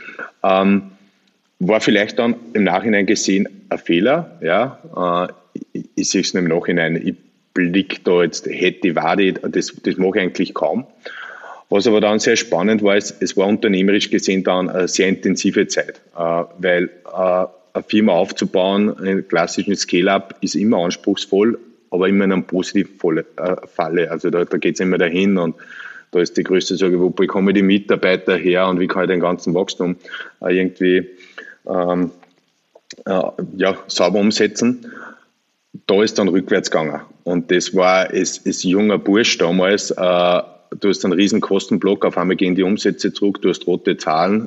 War vielleicht dann im Nachhinein gesehen ein Fehler. Ja. Ich sehe es im Nachhinein, ich blicke da jetzt, hätte, war das mache ich eigentlich kaum. Was aber dann sehr spannend war, es war unternehmerisch gesehen dann eine sehr intensive Zeit, weil eine Firma aufzubauen, einen klassischen Scale-Up, ist immer anspruchsvoll, aber immer in einem positiven Falle. Also da geht es immer dahin und da ist die größte Sorge, wo bekomme ich die Mitarbeiter her und wie kann ich den ganzen Wachstum irgendwie sauber umsetzen. Da ist dann rückwärts gegangen. Und das war als junger Bursch damals, du hast einen riesen Kostenblock, auf einmal gehen die Umsätze zurück, du hast rote Zahlen,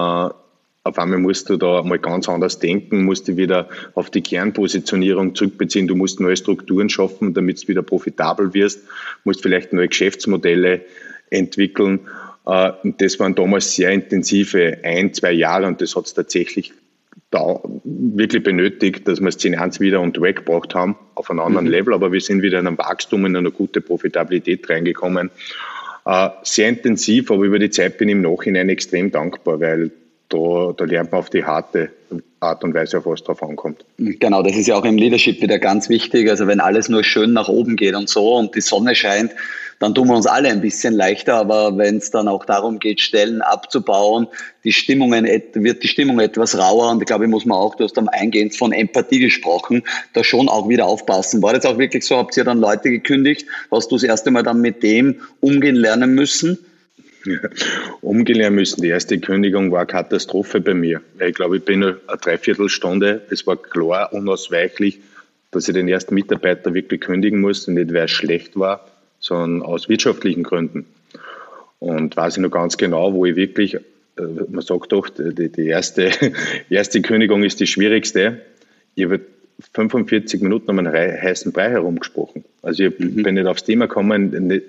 auf einmal musst du da mal ganz anders denken, musst du wieder auf die Kernpositionierung zurückbeziehen, du musst neue Strukturen schaffen, damit du wieder profitabel wirst, musst vielleicht neue Geschäftsmodelle entwickeln. Und das waren damals sehr intensive 1-2 Jahre und das hat es tatsächlich da wirklich benötigt, dass wir Szene 1 wieder und weggebracht haben auf einem anderen Level, aber wir sind wieder in einem Wachstum, in eine gute Profitabilität reingekommen. Sehr intensiv, aber über die Zeit bin ich im Nachhinein extrem dankbar, weil da lernt man auf die harte Art und Weise, auf was drauf ankommt. Genau, das ist ja auch im Leadership wieder ganz wichtig. Also wenn alles nur schön nach oben geht und so und die Sonne scheint, dann tun wir uns alle ein bisschen leichter. Aber wenn es dann auch darum geht, Stellen abzubauen, wird die Stimmung etwas rauer. Und ich glaube, muss man auch, du hast am Eingehen von Empathie gesprochen, da schon auch wieder aufpassen. War das auch wirklich so? Habt ihr dann Leute gekündigt? Hast du das erste Mal dann mit dem umgehen lernen müssen? Ja, umgehen lernen müssen. Die erste Kündigung war eine Katastrophe bei mir. Ich glaube, ich bin eine Dreiviertelstunde, es war klar, unausweichlich, dass ich den ersten Mitarbeiter wirklich kündigen musste, nicht weil es schlecht war, sondern aus wirtschaftlichen Gründen. Und weiß ich noch ganz genau, wo ich wirklich, man sagt doch, die erste Kündigung ist die schwierigste. Ich habe 45 Minuten um einen heißen Brei herumgesprochen. Also ich bin nicht aufs Thema gekommen,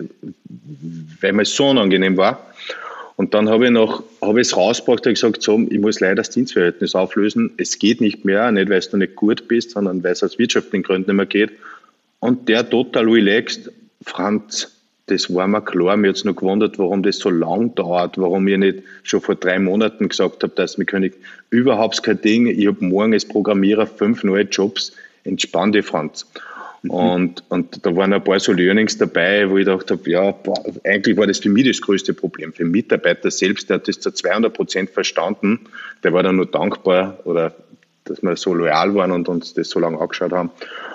weil mir so unangenehm war. Und dann habe ich es rausgebracht und gesagt, so, ich muss leider das Dienstverhältnis auflösen. Es geht nicht mehr, nicht weil du nicht gut bist, sondern weil es aus wirtschaftlichen Gründen nicht mehr geht. Und der total relaxed, Franz, das war mir klar. Mir hat es noch gewundert, warum das so lang dauert, warum ich nicht schon vor 3 Monaten gesagt habe, dass wir können überhaupt kein Ding. Ich habe morgen als Programmierer 5 neue Jobs. Entspann dich, Franz. Und da waren ein paar so Learnings dabei, wo ich gedacht habe, ja, eigentlich war das für mich das größte Problem. Für den Mitarbeiter selbst, der hat das zu 200% verstanden. Der war dann nur dankbar, oder dass wir so loyal waren und uns das so lange angeschaut haben.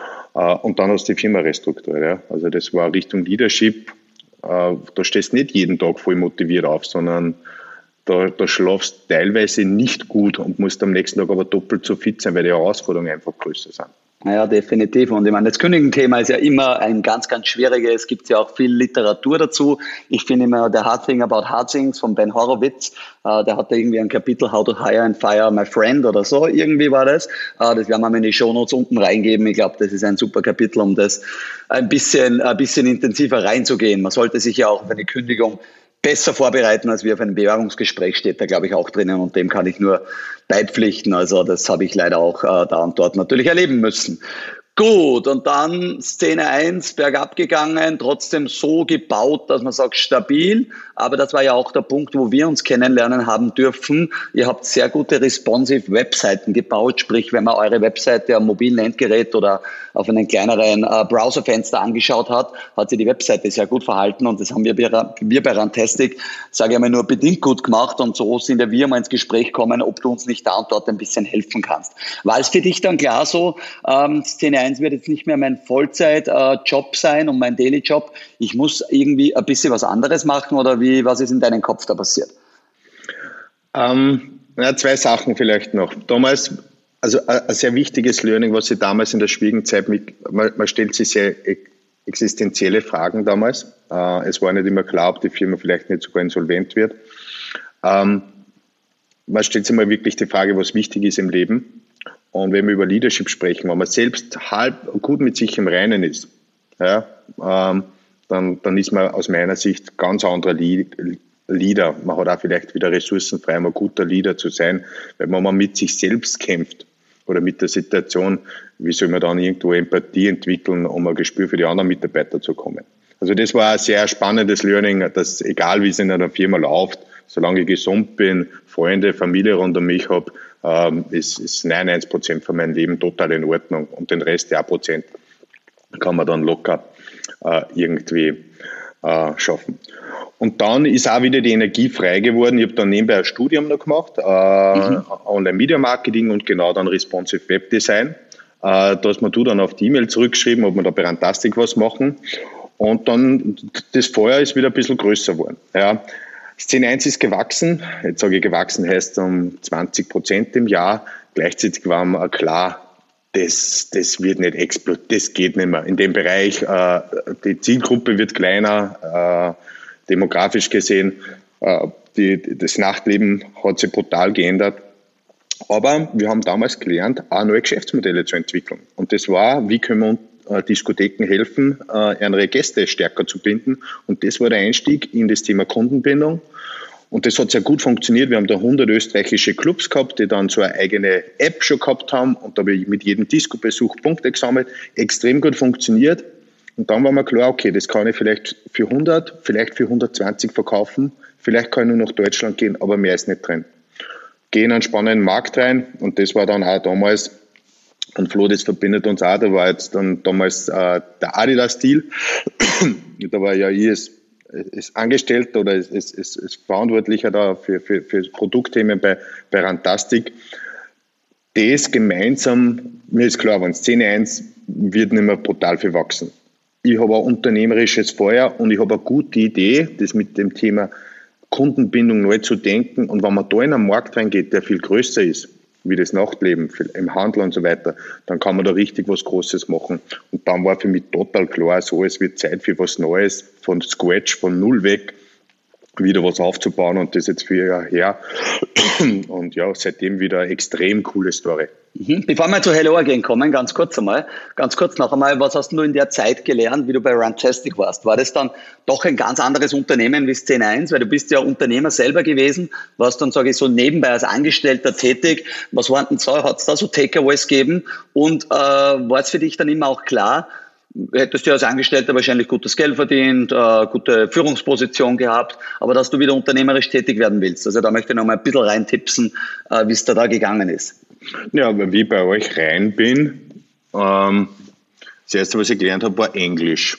Und dann hast du die Firma restrukturiert. Ja. Also das war Richtung Leadership. Da stehst du nicht jeden Tag voll motiviert auf, sondern da schlafst du teilweise nicht gut und musst am nächsten Tag aber doppelt so fit sein, weil die Herausforderungen einfach größer sind. Ja, definitiv. Und ich meine, das Kündigen-Thema ist ja immer ein ganz, ganz schwieriges. Es gibt ja auch viel Literatur dazu. Ich finde immer, The Hard Thing About Hard Things von Ben Horowitz, der hatte irgendwie ein Kapitel How to Hire and Fire My Friend oder so. Irgendwie war das. Das werden wir mal in die Shownotes unten reingeben. Ich glaube, das ist ein super Kapitel, um das ein bisschen intensiver reinzugehen. Man sollte sich ja auch auf eine Kündigung besser vorbereiten, als wir auf ein Bewerbungsgespräch, steht da, glaube ich, auch drinnen, und dem kann ich nur beipflichten. Also das habe ich leider auch da und dort natürlich erleben müssen. Gut, und dann Szene 1, bergab gegangen, trotzdem so gebaut, dass man sagt, stabil. Aber das war ja auch der Punkt, wo wir uns kennenlernen haben dürfen. Ihr habt sehr gute responsive Webseiten gebaut, sprich, wenn man eure Webseite am mobilen Endgerät oder auf einem kleineren Browserfenster angeschaut hat, hat sich die Webseite sehr gut verhalten, und das haben wir bei Runtastic, sage ich einmal, nur bedingt gut gemacht, und so sind ja wir mal ins Gespräch gekommen, ob du uns nicht da und dort ein bisschen helfen kannst. War es für dich dann klar so, Szene 1 wird jetzt nicht mehr mein Vollzeit-Job sein und mein Daily-Job, ich muss irgendwie ein bisschen was anderes machen, oder was ist in deinem Kopf da passiert? 2 Sachen vielleicht noch. Damals, also ein sehr wichtiges Learning, was ich damals in der schwierigen Zeit man stellt sich sehr existenzielle Fragen damals. Es war nicht immer klar, ob die Firma vielleicht nicht sogar insolvent wird. Man stellt sich mal wirklich die Frage, was wichtig ist im Leben. Und wenn wir über Leadership sprechen, wenn man selbst halb gut mit sich im Reinen ist, ja, dann ist man aus meiner Sicht ganz anderer Leader. Man hat auch vielleicht wieder Ressourcen frei, um ein guter Leader zu sein. Weil wenn man mit sich selbst kämpft oder mit der Situation, wie soll man dann irgendwo Empathie entwickeln, um ein Gespür für die anderen Mitarbeiter zu kommen? Also das war ein sehr spannendes Learning, dass egal wie es in einer Firma läuft, solange ich gesund bin, Freunde, Familie rund um mich habe, ist 99% von meinem Leben total in Ordnung, und den Rest, der 1%, kann man dann locker irgendwie schaffen. Und dann ist auch wieder die Energie frei geworden. Ich habe dann nebenbei ein Studium noch gemacht, Online-Media-Marketing und genau dann Responsive Web Design. Da hast mir du dann auf die E-Mail zurückgeschrieben, ob wir da bei Rantastic was machen. Und dann, das Feuer ist wieder ein bisschen größer geworden. Ja. Szene 1 ist gewachsen. Jetzt sage ich gewachsen, heißt um 20% im Jahr. Gleichzeitig war mir klar, das wird nicht explodieren, das geht nicht mehr. In dem Bereich, die Zielgruppe wird kleiner, demografisch gesehen, das Nachtleben hat sich brutal geändert. Aber wir haben damals gelernt, auch neue Geschäftsmodelle zu entwickeln. Und das war, wie können wir Diskotheken helfen, ihre Gäste stärker zu binden. Und das war der Einstieg in das Thema Kundenbindung. Und das hat sehr gut funktioniert. Wir haben da 100 österreichische Clubs gehabt, die dann so eine eigene App schon gehabt haben. Und da habe ich mit jedem Disco-Besuch Punkte gesammelt. Extrem gut funktioniert. Und dann war mir klar, okay, das kann ich vielleicht für 100, vielleicht für 120 verkaufen. Vielleicht kann ich nur nach Deutschland gehen, aber mehr ist nicht drin. Gehe in einen spannenden Markt rein. Und das war dann auch damals, und Flo, das verbindet uns auch, da war jetzt dann damals der Adidas-Deal. Da war ja ich als Angestellter oder als Verantwortlicher da für Produktthemen bei Rantastic. Das gemeinsam, mir ist klar, wenn Szene 1 wird nicht mehr brutal viel wachsen. Ich habe ein unternehmerisches Feuer und ich habe eine gute Idee, das mit dem Thema Kundenbindung neu zu denken. Und wenn man da in einen Markt reingeht, der viel größer ist, wie das Nachtleben im Handel und so weiter, dann kann man da richtig was Großes machen. Und dann war für mich total klar, so, es wird Zeit für was Neues, von Scratch, von Null weg, wieder was aufzubauen und das jetzt 4 Jahre her. Und ja, seitdem wieder eine extrem coole Story. Bevor wir zu Hello Again kommen, ganz kurz noch einmal, was hast du in der Zeit gelernt, wie du bei Rantastic warst? War das dann doch ein ganz anderes Unternehmen wie Szene 1? Weil du bist ja Unternehmer selber gewesen, warst dann, sage ich so, nebenbei als Angestellter tätig. Was waren denn so, hat es da so Takeaways gegeben? Und war es für dich dann immer auch klar, hättest du als Angestellter wahrscheinlich gutes Geld verdient, gute Führungsposition gehabt, aber dass du wieder unternehmerisch tätig werden willst? Also da möchte ich noch mal ein bisschen reintipsen, wie es da gegangen ist. Ja, wie ich bei euch rein bin, das erste, was ich gelernt habe, war Englisch.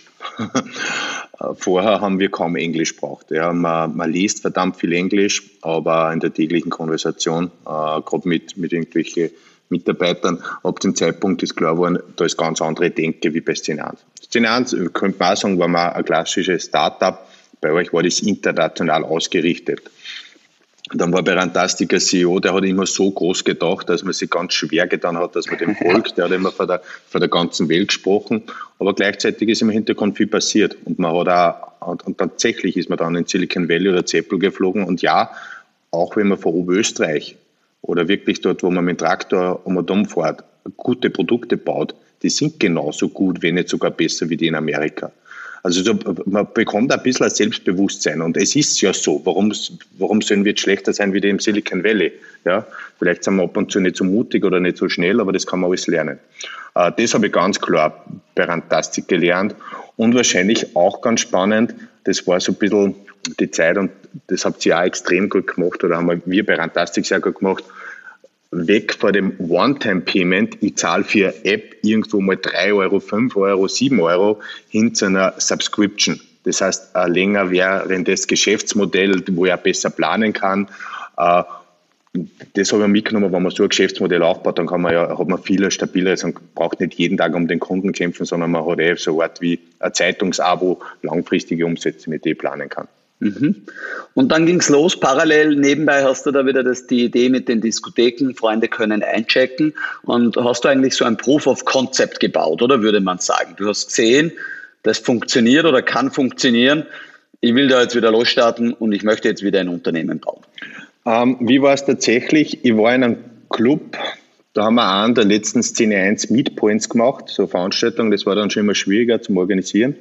Vorher haben wir kaum Englisch gebraucht. Ja, man liest verdammt viel Englisch, aber in der täglichen Konversation, gerade mit irgendwelchen Mitarbeitern, ab dem Zeitpunkt ist klar geworden, da ist ganz andere Denke wie bei Szene 1. Szene 1, könnte man auch sagen, war mal ein klassisches Startup. Bei euch war das international ausgerichtet. Dann war bei Rantastic ein CEO, der hat immer so groß gedacht, dass man sich ganz schwer getan hat, dass man dem folgt. Der hat immer von der ganzen Welt gesprochen. Aber gleichzeitig ist im Hintergrund viel passiert. Und man hat auch, und tatsächlich ist man dann in Silicon Valley oder Zeppel geflogen. Und ja, auch wenn man von Oberösterreich oder wirklich dort, wo man mit dem Traktor um und um fährt, gute Produkte baut, die sind genauso gut, wenn nicht sogar besser wie die in Amerika. Also man bekommt ein bisschen ein Selbstbewusstsein und es ist ja so, warum sollen wir jetzt schlechter sein wie die im Silicon Valley? Ja, vielleicht sind wir ab und zu nicht so mutig oder nicht so schnell, aber das kann man alles lernen. Das habe ich ganz klar bei Rantastic gelernt und wahrscheinlich auch ganz spannend, das war so ein bisschen die Zeit und das habt ihr auch extrem gut gemacht oder haben wir bei Rantastic sehr gut gemacht, weg von dem One-Time-Payment, ich zahle für eine App irgendwo mal 3 Euro, 5 Euro, 7 Euro hin zu einer Subscription. Das heißt, ein länger währendes Geschäftsmodell, wo ich auch besser planen kann. Das habe ich mitgenommen, wenn man so ein Geschäftsmodell aufbaut, dann hat man viel stabileres und braucht nicht jeden Tag um den Kunden kämpfen, sondern man hat so eine Art wie ein Zeitungsabo, langfristige Umsätze, mit denen ich planen kann. Und dann ging's los. Parallel nebenbei hast du da wieder die Idee mit den Diskotheken, Freunde können einchecken und hast du eigentlich so ein Proof of Concept gebaut, oder würde man sagen? Du hast gesehen, das funktioniert oder kann funktionieren. Ich will da jetzt wieder losstarten und ich möchte jetzt wieder ein Unternehmen bauen. Wie war es tatsächlich? Ich war in einem Club, da haben wir einen der letzten Szene 1 Meetpoints gemacht, so eine Veranstaltung, das war dann schon immer schwieriger zum Organisieren.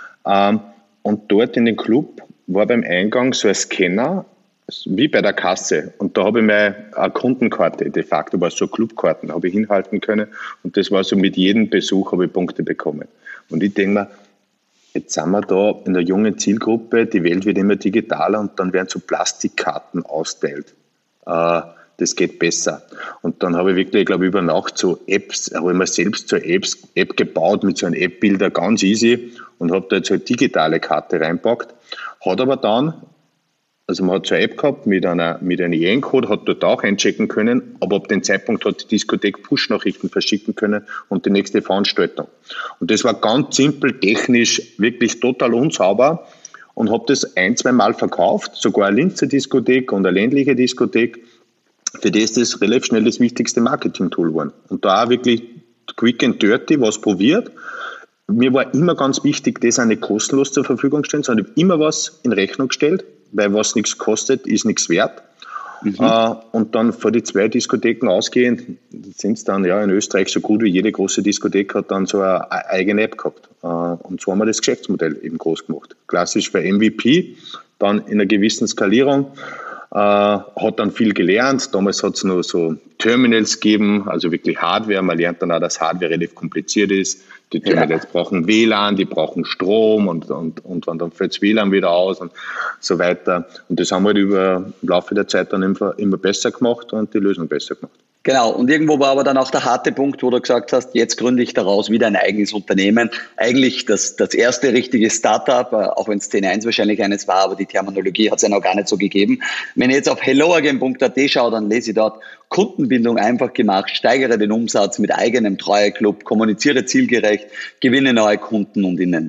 Und dort in den Club war beim Eingang so ein Scanner, wie bei der Kasse. Und da habe ich meine Kundenkarte, de facto war es so Clubkarten, habe ich hinhalten können. Und das war so, mit jedem Besuch habe ich Punkte bekommen. Und ich denke mir, jetzt sind wir da in einer jungen Zielgruppe, die Welt wird immer digitaler und dann werden so Plastikkarten austeilt. Das geht besser. Und dann habe ich wirklich, ich glaube, über Nacht so Apps, habe ich mir selbst so eine App gebaut mit so einem App-Bilder, ganz easy, und habe da jetzt so eine digitale Karte reinpackt. hat aber dann, also man hat so eine App gehabt mit einem EN-Code, hat dort auch einchecken können, aber ab dem Zeitpunkt hat die Diskothek Push-Nachrichten verschicken können und die nächste Veranstaltung. Und das war ganz simpel, technisch, wirklich total unsauber und habe das 1-2 Mal verkauft, sogar eine Linzer Diskothek und eine ländliche Diskothek, für die ist das relativ schnell das wichtigste Marketing-Tool geworden. Und da auch wirklich quick and dirty was probiert. Mir war immer ganz wichtig, das auch nicht kostenlos zur Verfügung stellen, sondern ich habe immer was in Rechnung gestellt, weil was nichts kostet, ist nichts wert. Und dann vor die 2 Diskotheken ausgehend sind es dann in Österreich so gut wie jede große Diskothek hat dann so eine eigene App gehabt. Und so haben wir das Geschäftsmodell eben groß gemacht. Klassisch für MVP, dann in einer gewissen Skalierung. Hat dann viel gelernt. Damals hat es nur so Terminals gegeben, also wirklich Hardware. Man lernt dann auch, dass Hardware relativ kompliziert ist. Die Terminals brauchen WLAN, die brauchen Strom und dann fällt das WLAN wieder aus und so weiter. Und das haben wir im Laufe der Zeit dann immer besser gemacht und die Lösung besser gemacht. Genau, und irgendwo war aber dann auch der harte Punkt, wo du gesagt hast, jetzt gründe ich daraus wieder ein eigenes Unternehmen. Eigentlich das erste richtige Startup, auch wenn Szene 1 wahrscheinlich eines war, aber die Terminologie hat es ja noch gar nicht so gegeben. Wenn ich jetzt auf helloagain.at schaue, dann lese ich dort, Kundenbindung einfach gemacht, steigere den Umsatz mit eigenem Treueclub, kommuniziere zielgerecht, gewinne neue Kunden und Innen.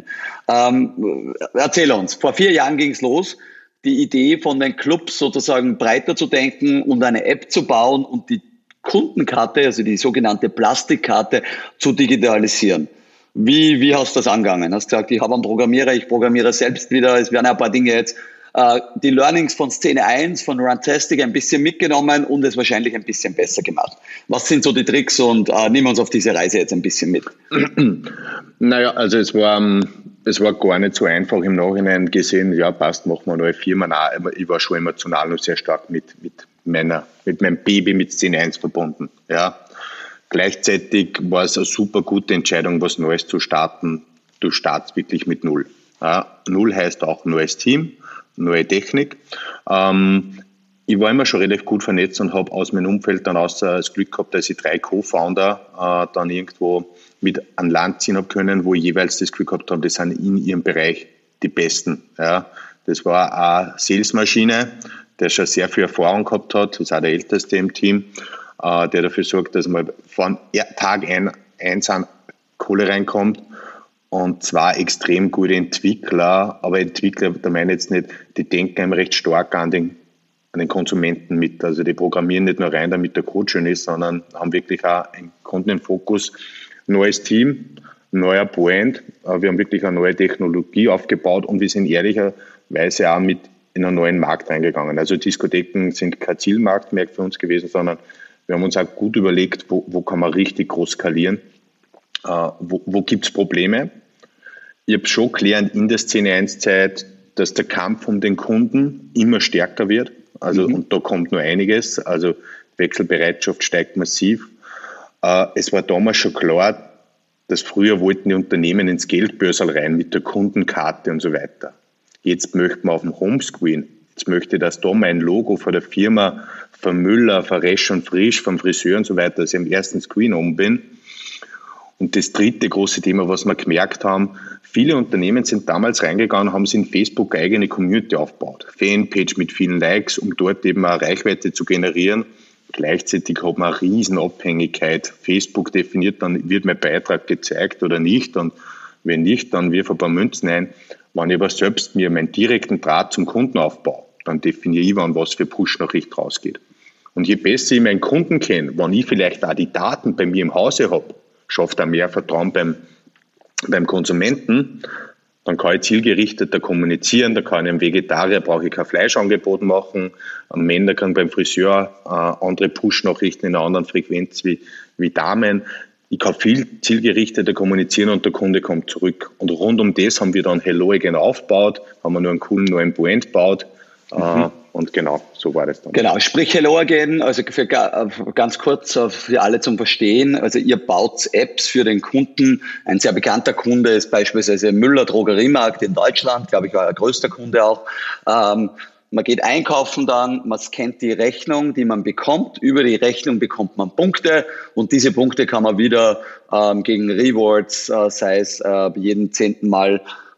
Erzähl uns, vor 4 Jahren ging es los, die Idee von den Clubs sozusagen breiter zu denken und eine App zu bauen und die Kundenkarte, also die sogenannte Plastikkarte, zu digitalisieren. Wie hast du das angegangen? Hast du gesagt, ich habe einen Programmierer, ich programmiere selbst wieder, es werden ein paar Dinge jetzt, die Learnings von Szene 1, von Runtastic ein bisschen mitgenommen und es wahrscheinlich ein bisschen besser gemacht. Was sind so die Tricks und nimm uns auf diese Reise jetzt ein bisschen mit. Naja, also es war gar nicht so einfach im Nachhinein gesehen, ja passt, machen wir eine neue Firma. Nein, ich war schon emotional noch sehr stark mit meinem Baby, mit Szene 1 verbunden. Ja. Gleichzeitig war es eine super gute Entscheidung, was Neues zu starten. Du startest wirklich mit Null. Ja. Null heißt auch neues Team, neue Technik. Ich war immer schon relativ gut vernetzt und habe aus meinem Umfeld dann das Glück gehabt, dass ich 3 Co-Founder dann irgendwo mit an Land ziehen habe können, wo ich jeweils das Glück gehabt habe, das sind in ihrem Bereich die Besten. Ja. Das war eine Salesmaschine, der schon sehr viel Erfahrung gehabt hat, das ist auch der Älteste im Team, der dafür sorgt, dass man von Tag 1 an Kohle reinkommt, und 2 extrem gute Entwickler, aber Entwickler, da meine ich jetzt nicht, die denken einem recht stark an den Konsumenten mit, also die programmieren nicht nur rein, damit der Code schön ist, sondern haben wirklich auch einen Kunden im Fokus, neues Team, neuer Brand, wir haben wirklich eine neue Technologie aufgebaut und wir sind ehrlicherweise auch mit in einen neuen Markt reingegangen. Also Diskotheken sind kein Zielmarkt für uns gewesen, sondern wir haben uns auch gut überlegt, wo kann man richtig groß skalieren, wo gibt es Probleme. Ich habe schon gelernt in der Szene 1 Zeit, dass der Kampf um den Kunden immer stärker wird. Also und da kommt nur einiges. Also Wechselbereitschaft steigt massiv. Es war damals schon klar, dass früher wollten die Unternehmen ins Geldbörsel rein mit der Kundenkarte und so weiter. Jetzt möchte man auf dem Homescreen, jetzt möchte ich, dass da mein Logo von der Firma, von Müller, von Resch und Frisch, vom Friseur und so weiter, dass ich am ersten Screen oben bin. Und das dritte große Thema, was wir gemerkt haben, viele Unternehmen sind damals reingegangen, haben sich in Facebook eine eigene Community aufgebaut. Fanpage mit vielen Likes, um dort eben eine Reichweite zu generieren. Gleichzeitig hat man eine Riesenabhängigkeit. Facebook definiert dann, wird mein Beitrag gezeigt oder nicht. Und wenn nicht, dann wirf ein paar Münzen ein. Wenn ich aber selbst mir meinen direkten Draht zum Kunden aufbaue, dann definiere ich, wann was für Push-Nachricht rausgeht. Und je besser ich meinen Kunden kenne, wenn ich vielleicht auch die Daten bei mir im Hause habe, schafft er mehr Vertrauen beim Konsumenten, dann kann ich zielgerichteter kommunizieren, da kann ich einem Vegetarier, brauche ich kein Fleischangebot machen, einem Männer kann beim Friseur andere Push-Nachrichten in einer anderen Frequenz wie Damen. Ich kann viel zielgerichteter kommunizieren und der Kunde kommt zurück. Und rund um das haben wir dann helloagain aufgebaut, haben wir nur einen coolen neuen Brand gebaut. Und genau, so war das dann. Genau, sprich helloagain, also für ganz kurz für alle zum Verstehen, also ihr baut Apps für den Kunden. Ein sehr bekannter Kunde ist beispielsweise Müller Drogeriemarkt in Deutschland, glaube ich, euer größter Kunde auch. Man geht einkaufen dann, man scannt die Rechnung, die man bekommt. Über die Rechnung bekommt man Punkte und diese Punkte kann man wieder gegen Rewards, sei es jeden 10. Mal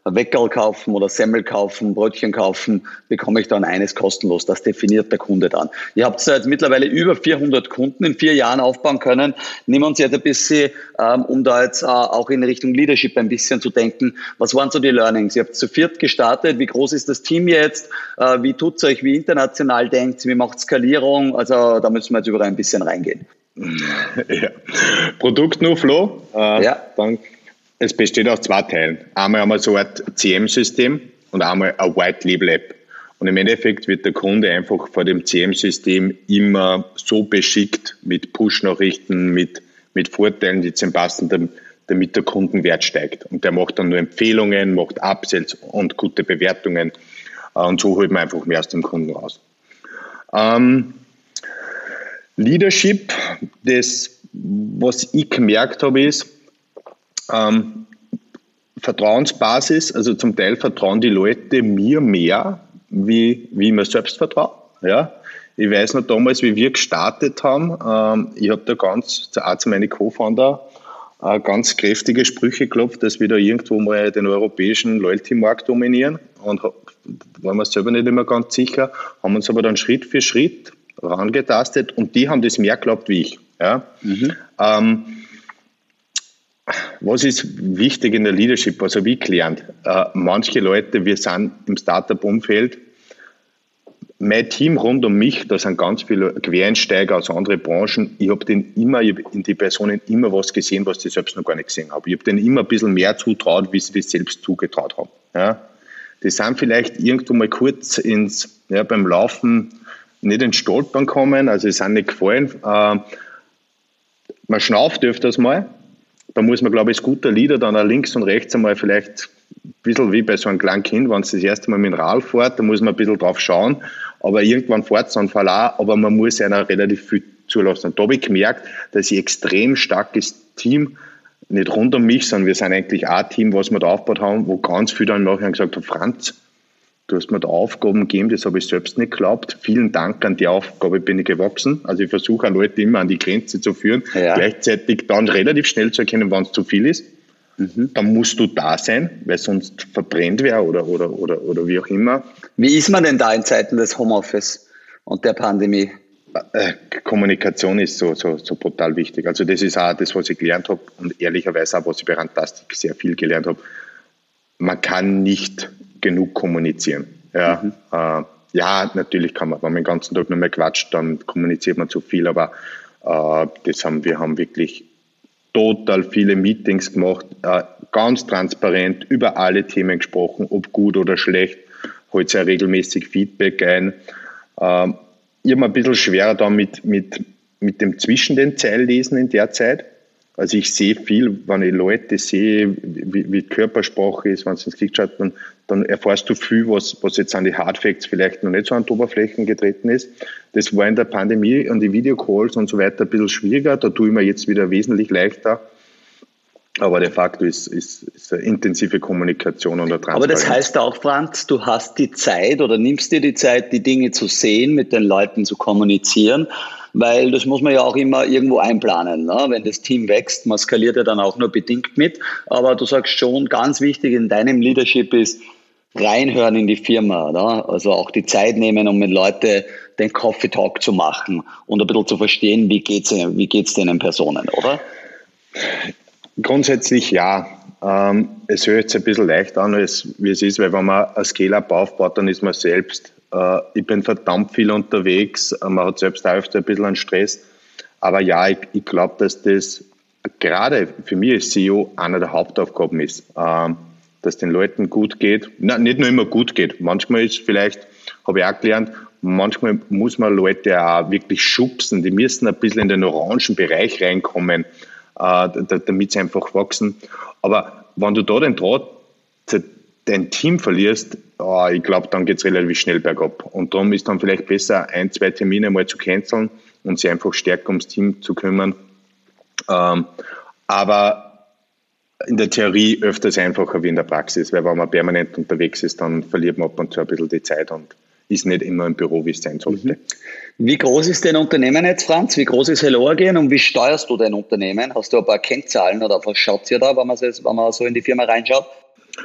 Weckerl kaufen oder Semmel kaufen, Brötchen kaufen, bekomme ich dann eines kostenlos. Das definiert der Kunde dann. Ihr habt jetzt mittlerweile über 400 Kunden in 4 Jahren aufbauen können. Nehmen wir uns jetzt ein bisschen, um da jetzt auch in Richtung Leadership ein bisschen zu denken. Was waren so die Learnings? Ihr habt zu viert gestartet. Wie groß ist das Team jetzt? Wie tut's euch? Wie international denkt? Wie macht Skalierung? Also da müssen wir jetzt überall ein bisschen reingehen. Ja. Produkt nur Flo. Ja. Dann, es besteht aus 2 Teilen. Einmal haben wir so ein CM-System und einmal eine White-Label-App. Und im Endeffekt wird der Kunde einfach vor dem CM-System immer so beschickt mit Push-Nachrichten, mit Vorteilen, die zum passen, damit der Kundenwert steigt. Und der macht dann nur Empfehlungen, macht Upsells und gute Bewertungen. Und so holt man einfach mehr aus dem Kunden raus. Leadership, das, was ich gemerkt habe, ist, Vertrauensbasis, also zum Teil vertrauen die Leute mir mehr, wie ich mir selbst vertraue. Ja? Ich weiß noch damals, wie wir gestartet haben, ich habe da auch zu meinen Co-Founder ganz kräftige Sprüche geklopft, dass wir da irgendwo mal den europäischen Loyalty-Markt dominieren, und waren wir selber nicht immer ganz sicher, haben uns aber dann Schritt für Schritt rangetastet, und die haben das mehr geglaubt wie ich. Ja? Was ist wichtig in der Leadership? Was habe ich gelernt? Manche Leute, wir sind im Startup-Umfeld, mein Team rund um mich, da sind ganz viele Quereinsteiger aus anderen Branchen. Ich habe in die Personen immer was gesehen, was ich selbst noch gar nicht gesehen habe. Ich habe denen immer ein bisschen mehr zutraut, wie sie das selbst zugetraut haben. Ja? Die sind vielleicht irgendwo mal kurz beim Laufen nicht ins Stolpern kommen, also es sind nicht gefallen. Man schnauft öfters mal. Da muss man, glaube ich, als guter Leader dann auch links und rechts einmal vielleicht ein bisschen wie bei so einem kleinen Kind, wenn es das erste Mal mit dem Rad fährt, da muss man ein bisschen drauf schauen. Aber irgendwann fährt es dann voll auch, aber man muss einer relativ viel zulassen. Und da habe ich gemerkt, dass ich extrem starkes Team, nicht rund um mich, sondern wir sind eigentlich auch ein Team, was wir da aufgebaut haben, wo ganz viele dann nachher gesagt haben, Franz, du hast mir da Aufgaben gegeben, das habe ich selbst nicht geglaubt. Vielen Dank, an die Aufgabe bin ich gewachsen. Also ich versuche Leute immer an die Grenze zu führen, gleichzeitig dann relativ schnell zu erkennen, wann es zu viel ist. Dann musst du da sein, weil sonst verbrennt wer oder wie auch immer. Wie ist man denn da in Zeiten des Homeoffice und der Pandemie? Kommunikation ist so brutal wichtig. Also das ist auch das, was ich gelernt habe, und ehrlicherweise auch, was ich bei Rantastic sehr viel gelernt habe. Man kann nicht genug kommunizieren. Ja, natürlich kann man, wenn man den ganzen Tag nur mehr quatscht, dann kommuniziert man zu viel, aber wir haben wirklich total viele Meetings gemacht, ganz transparent über alle Themen gesprochen, ob gut oder schlecht, holt sehr regelmäßig Feedback ein. Ich habe mir ein bisschen schwerer da mit dem zwischen den Zeilen lesen in der Zeit. Also ich sehe viel, wenn ich Leute sehe, wie Körpersprache ist, wenn es ins Gesicht schaut, dann erfährst du viel, was jetzt an die Hardfacts vielleicht noch nicht so an die Oberflächen getreten ist. Das war in der Pandemie und die Videocalls und so weiter ein bisschen schwieriger. Da tue ich mir jetzt wieder wesentlich leichter. Aber de facto ist eine intensive Kommunikation und eine Transparenz. Aber das heißt auch, Franz, du hast die Zeit oder nimmst dir die Zeit, die Dinge zu sehen, mit den Leuten zu kommunizieren, weil das muss man ja auch immer irgendwo einplanen. Ne? Wenn das Team wächst, man skaliert ja dann auch nur bedingt mit. Aber du sagst schon, ganz wichtig in deinem Leadership ist, reinhören in die Firma. Ne? Also auch die Zeit nehmen, um mit Leuten den Coffee Talk zu machen und ein bisschen zu verstehen, wie geht's den Personen, oder? Grundsätzlich ja. Es hört sich ein bisschen leicht an, wie es ist, weil wenn man ein Scale-Up aufbaut, dann ist man selbst. Ich bin verdammt viel unterwegs, man hat selbst auch öfter ein bisschen einen Stress. Aber ja, ich glaube, dass das gerade für mich als CEO einer der Hauptaufgaben ist, dass den Leuten gut geht. Nein, nicht nur immer gut geht. Manchmal ist vielleicht, habe ich auch gelernt, manchmal muss man Leute auch wirklich schubsen. Die müssen ein bisschen in den orangen Bereich reinkommen, damit sie einfach wachsen. Aber wenn du da den Draht zu dein Team verlierst, ich glaube, dann geht es relativ schnell bergab. Und darum ist dann vielleicht besser, 1-2 Termine mal zu canceln und sich einfach stärker ums Team zu kümmern. Aber in der Theorie öfters einfacher wie in der Praxis, weil wenn man permanent unterwegs ist, dann verliert man ab und zu ein bisschen die Zeit und ist nicht immer im Büro, wie es sein sollte. Wie groß ist dein Unternehmen jetzt, Franz? Wie groß ist Hello Again und wie steuerst du dein Unternehmen? Hast du ein paar Kennzahlen oder was schaut ihr da, wenn man so in die Firma reinschaut?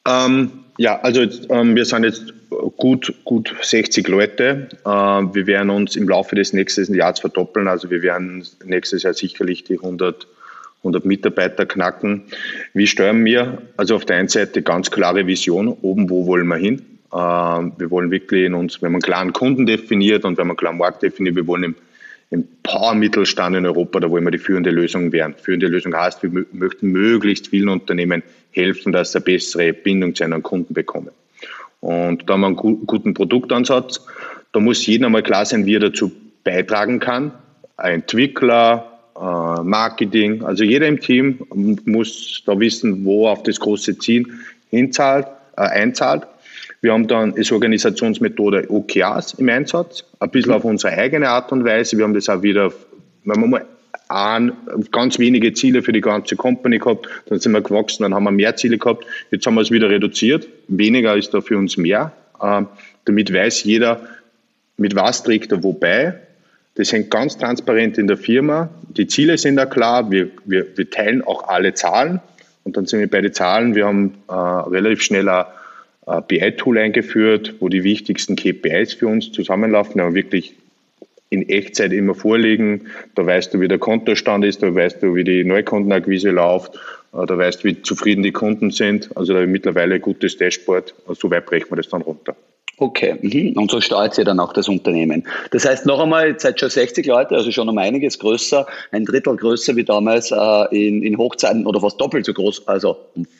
Ja, also wir sind jetzt gut 60 Leute. Wir werden uns im Laufe des nächsten Jahres verdoppeln. Also wir werden nächstes Jahr sicherlich die 100 Mitarbeiter knacken. Wie steuern wir? Also auf der einen Seite ganz klare Vision, oben, wo wollen wir hin? Wir wollen wirklich wenn man einen klaren Kunden definiert und wenn man einen klaren Markt definiert, wir wollen im Power-Mittelstand in Europa, da wollen wir die führende Lösung werden. Führende Lösung heißt, wir möchten möglichst vielen Unternehmen helfen, dass sie eine bessere Bindung zu einem Kunden bekommen. Und da haben wir einen guten Produktansatz. Da muss jedem einmal klar sein, wie er dazu beitragen kann. Ein Entwickler, Marketing, also jeder im Team muss da wissen, wo auf das große Ziel einzahlt. Wir haben dann als Organisationsmethode OKRs im Einsatz, ein bisschen auf unsere eigene Art und Weise. Wir haben das auch wieder, wenn wir mal ganz wenige Ziele für die ganze Company gehabt, dann sind wir gewachsen, dann haben wir mehr Ziele gehabt. Jetzt haben wir es wieder reduziert. Weniger ist da für uns mehr. Damit weiß jeder, mit was trägt er wobei. Das hängt ganz transparent in der Firma. Die Ziele sind da klar. Wir teilen auch alle Zahlen. Und dann sind wir bei den Zahlen. Wir haben relativ schnell ein BI-Tool eingeführt, wo die wichtigsten KPIs für uns zusammenlaufen, aber wirklich in Echtzeit immer vorliegen. Da weißt du, wie der Kontostand ist, da weißt du, wie die Neukundenakquise läuft, da weißt du, wie zufrieden die Kunden sind. Also da habe ich mittlerweile ein gutes Dashboard. So weit brechen wir das dann runter. Okay, und so steuert ihr dann auch das Unternehmen. Das heißt noch einmal, ihr seid schon 60 Leute, also schon um einiges größer, ein Drittel größer wie damals in Hochzeiten oder fast doppelt so groß, also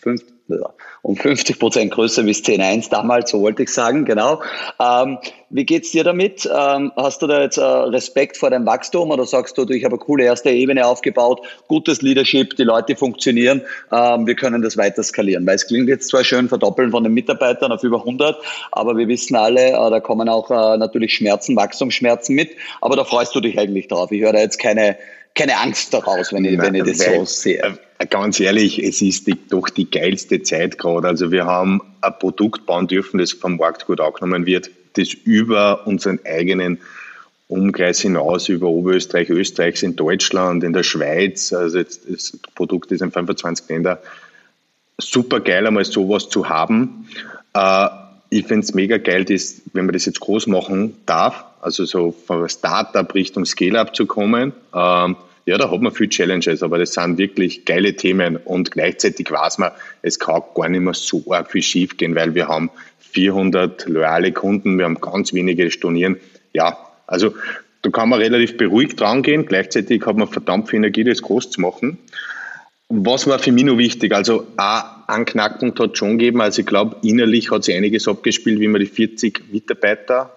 um 50% größer wie 10.1 damals, so wollte ich sagen, genau. Wie geht's dir damit? Hast du da jetzt Respekt vor deinem Wachstum oder sagst du, ich habe eine coole erste Ebene aufgebaut, gutes Leadership, die Leute funktionieren, wir können das weiter skalieren? Weil es klingt jetzt zwar schön, verdoppeln von den Mitarbeitern auf über 100, aber wir wissen alle, da kommen auch natürlich Wachstumsschmerzen mit, aber da freust du dich eigentlich drauf. Ich höre da jetzt keine Angst daraus, wenn ich das so sehe. Ganz ehrlich, es ist doch die geilste Zeit gerade. Also wir haben ein Produkt bauen dürfen, das vom Markt gut angenommen wird, das über unseren eigenen Umkreis hinaus, über Oberösterreich, Österreich, in Deutschland, in der Schweiz, also jetzt das Produkt ist in 25 Ländern. Super geil, einmal sowas zu haben. Ich finde es mega geil, wenn man das jetzt groß machen darf, also so von Startup Richtung Scale-Up zu kommen. Ja, da hat man viele Challenges, aber das sind wirklich geile Themen und gleichzeitig weiß man, es kann gar nicht mehr so arg viel schief gehen, weil wir haben 400 loyale Kunden, wir haben ganz wenige Stornieren. Ja, also da kann man relativ beruhigt rangehen, gleichzeitig hat man verdammt viel Energie, das groß zu machen. Was war für mich noch wichtig? Also ein Knackpunkt hat es schon gegeben. Also ich glaube, innerlich hat sich einiges abgespielt, wie man die 40 Mitarbeiter,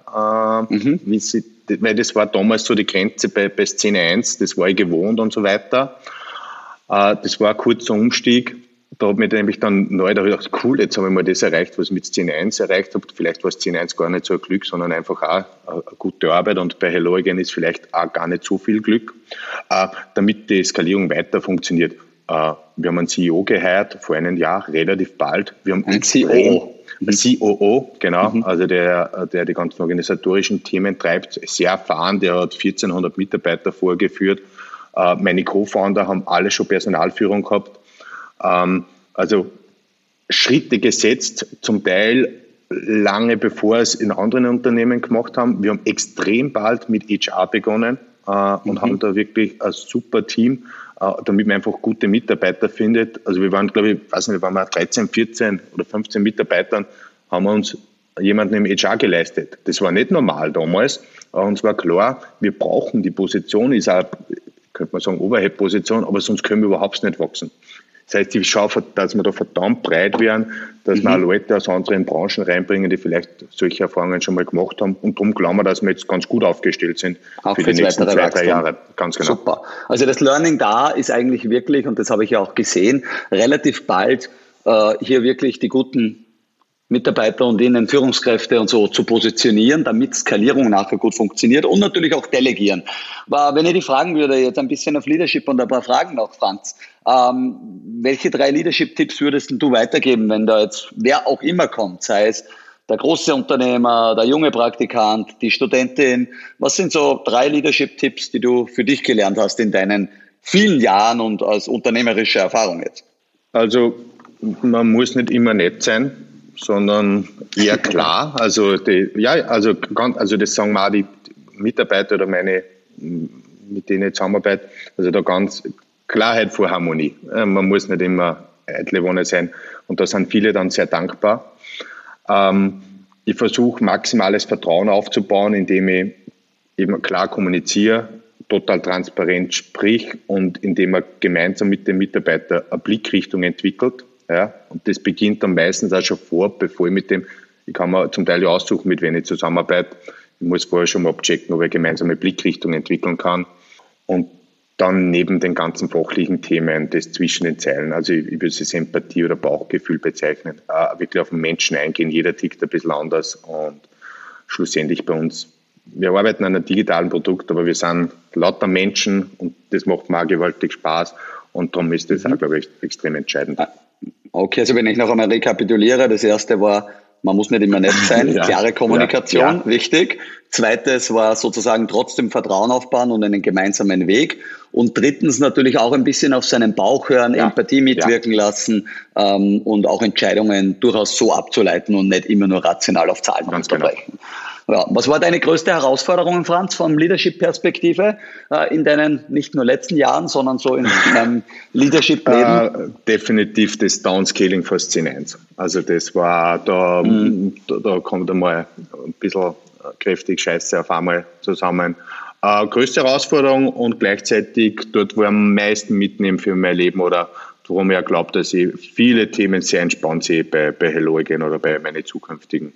weil das war damals so die Grenze bei Szene 1, das war ich gewohnt und so weiter. Das war ein kurzer Umstieg. Da hat mich nämlich dann neu gedacht, cool, jetzt habe ich mal das erreicht, was ich mit Szene 1 erreicht habe. Vielleicht war Szene 1 gar nicht so ein Glück, sondern einfach auch eine gute Arbeit und bei Hello Again ist vielleicht auch gar nicht so viel Glück, damit die Skalierung weiter funktioniert. Wir haben einen CEO geheiert vor einem Jahr, relativ bald. Wir haben einen COO, genau, also der die ganzen organisatorischen Themen treibt, sehr erfahren, der hat 1400 Mitarbeiter vorgeführt. Meine Co-Founder haben alle schon Personalführung gehabt. Also Schritte gesetzt, zum Teil lange bevor es in anderen Unternehmen gemacht haben. Wir haben extrem bald mit HR begonnen und haben da wirklich ein super Team, damit man einfach gute Mitarbeiter findet. Also wir waren, glaube ich, wir waren 13, 14 oder 15 Mitarbeitern, haben wir uns jemanden im HR geleistet. Das war nicht normal damals. Uns war klar, wir brauchen die Position, ist auch, könnte man sagen, Overhead-Position, aber sonst können wir überhaupt nicht wachsen. Das heißt, ich schaue, dass wir da verdammt breit werden, dass wir auch Leute aus anderen Branchen reinbringen, die vielleicht solche Erfahrungen schon mal gemacht haben. Und darum glauben wir, dass wir jetzt ganz gut aufgestellt sind auch für die nächsten 2-3 Jahre. Ganz genau. Super. Also das Learning da ist eigentlich wirklich, und das habe ich ja auch gesehen, relativ bald hier wirklich die guten Mitarbeiter und ihnen Führungskräfte und so zu positionieren, damit Skalierung nachher gut funktioniert und natürlich auch delegieren. Aber wenn ich dich fragen würde, jetzt ein bisschen auf Leadership und ein paar Fragen noch, Franz, welche 3 Leadership-Tipps würdest du weitergeben, wenn da jetzt wer auch immer kommt, sei es der große Unternehmer, der junge Praktikant, die Studentin, was sind so 3 Leadership-Tipps, die du für dich gelernt hast in deinen vielen Jahren und als unternehmerische Erfahrung jetzt? Also man muss nicht immer nett sein, sondern eher klar. Also das sagen mir auch die Mitarbeiter oder mit denen ich zusammenarbeite, also da ganz Klarheit vor Harmonie. Man muss nicht immer eitle Wonne sein und da sind viele dann sehr dankbar. Ich versuche maximales Vertrauen aufzubauen, indem ich eben klar kommuniziere, total transparent sprich und indem man gemeinsam mit dem Mitarbeiter eine Blickrichtung entwickelt. Ja, und das beginnt dann meistens auch schon bevor ich ich kann mir zum Teil ja aussuchen, mit wem ich zusammenarbeite. Ich muss vorher schon mal abchecken, ob ich gemeinsame Blickrichtung entwickeln kann. Und dann neben den ganzen fachlichen Themen, das zwischen den Zeilen, also ich würde es als Empathie oder Bauchgefühl bezeichnen, wirklich auf den Menschen eingehen. Jeder tickt ein bisschen anders und schlussendlich bei uns, wir arbeiten an einem digitalen Produkt, aber wir sind lauter Menschen und das macht mir auch gewaltig Spaß und darum ist das auch, glaube ich, extrem entscheidend. Okay, also wenn ich noch einmal rekapituliere, das erste war, man muss nicht immer nett sein, klare Kommunikation, wichtig. Zweites war sozusagen trotzdem Vertrauen aufbauen und einen gemeinsamen Weg. Und drittens natürlich auch ein bisschen auf seinen Bauch hören, Empathie mitwirken lassen und auch Entscheidungen durchaus so abzuleiten und nicht immer nur rational auf Zahlen runterbrechen. Ja, was war deine größte Herausforderung, Franz, von Leadership-Perspektive in deinen nicht nur letzten Jahren, sondern so in deinem Leadership-Leben? Definitiv das Downscaling von Szene 1. Also das war, da kommt einmal ein bisschen kräftig Scheiße auf einmal zusammen. Größte Herausforderung und gleichzeitig dort, wo ich am meisten mitnehme für mein Leben oder worum ich auch glaube, dass ich viele Themen sehr entspannt sehe bei Hello Again oder bei meinen zukünftigen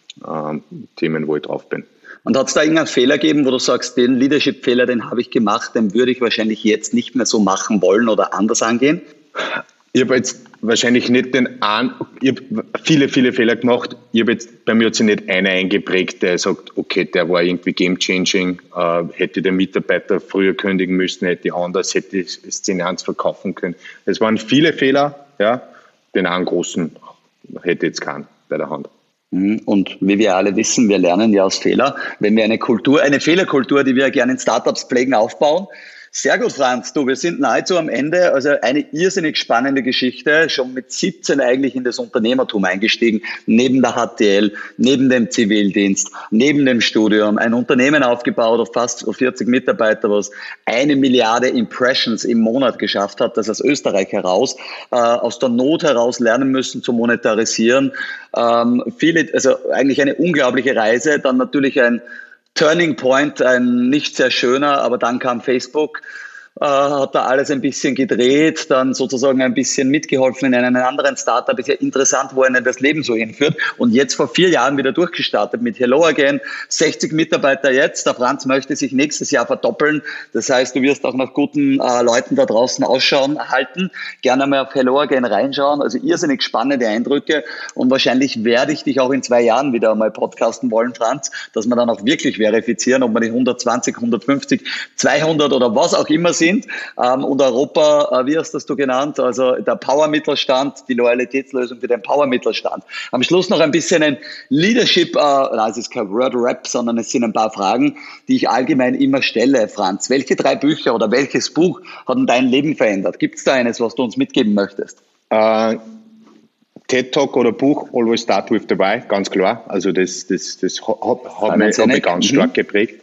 Themen, wo ich drauf bin. Und hat es da irgendeinen Fehler gegeben, wo du sagst, den Leadership-Fehler, den habe ich gemacht, den würde ich wahrscheinlich jetzt nicht mehr so machen wollen oder anders angehen? Ich habe jetzt wahrscheinlich nicht ich habe viele Fehler gemacht. Ich habe jetzt, bei mir hat sich nicht einer eingeprägt, der sagt, okay, der war irgendwie game-changing, hätte der Mitarbeiter früher kündigen müssen, hätte ich Szene 1 verkaufen können. Es waren viele Fehler, ja, den einen großen hätte jetzt keinen bei der Hand. Und wie wir alle wissen, wir lernen ja aus Fehler. Wenn wir eine Fehlerkultur, die wir gerne in Startups pflegen, aufbauen. Sehr gut, Franz. Du, wir sind nahezu am Ende. Also eine irrsinnig spannende Geschichte. Schon mit 17 eigentlich in das Unternehmertum eingestiegen. Neben der HTL, neben dem Zivildienst, neben dem Studium. Ein Unternehmen aufgebaut auf fast 40 Mitarbeiter, was 1 Milliarde Impressions im Monat geschafft hat. Das aus Österreich heraus. Aus der Not heraus lernen müssen zu monetarisieren. Also eigentlich eine unglaubliche Reise. Dann natürlich ein Turning Point, ein nicht sehr schöner, aber dann kam Facebook, hat da alles ein bisschen gedreht, dann sozusagen ein bisschen mitgeholfen in einem anderen Startup. Ist ja interessant, wo einen das Leben so hinführt. Und jetzt vor 4 Jahren wieder durchgestartet mit Hello Again. 60 Mitarbeiter jetzt. Der Franz möchte sich nächstes Jahr verdoppeln. Das heißt, du wirst auch nach guten Leuten da draußen Ausschau halten. Gerne mal auf Hello Again reinschauen. Also irrsinnig spannende Eindrücke. Und wahrscheinlich werde ich dich auch in 2 Jahren wieder mal podcasten wollen, Franz, dass wir dann auch wirklich verifizieren, ob wir die 120, 150, 200 oder was auch immer sind. Und Europa, wie hast das du genannt? Also der Power-Mittelstand, die Loyalitätslösung für den Power-Mittelstand. Am Schluss noch ein bisschen ein Leadership, es ist kein Word-Rap, sondern es sind ein paar Fragen, die ich allgemein immer stelle. Franz, welche 3 Bücher oder welches Buch hat denn dein Leben verändert? Gibt es da eines, was du uns mitgeben möchtest? TED Talk oder Buch, Always Start with the Why, ganz klar. Also das hat mich ganz stark geprägt.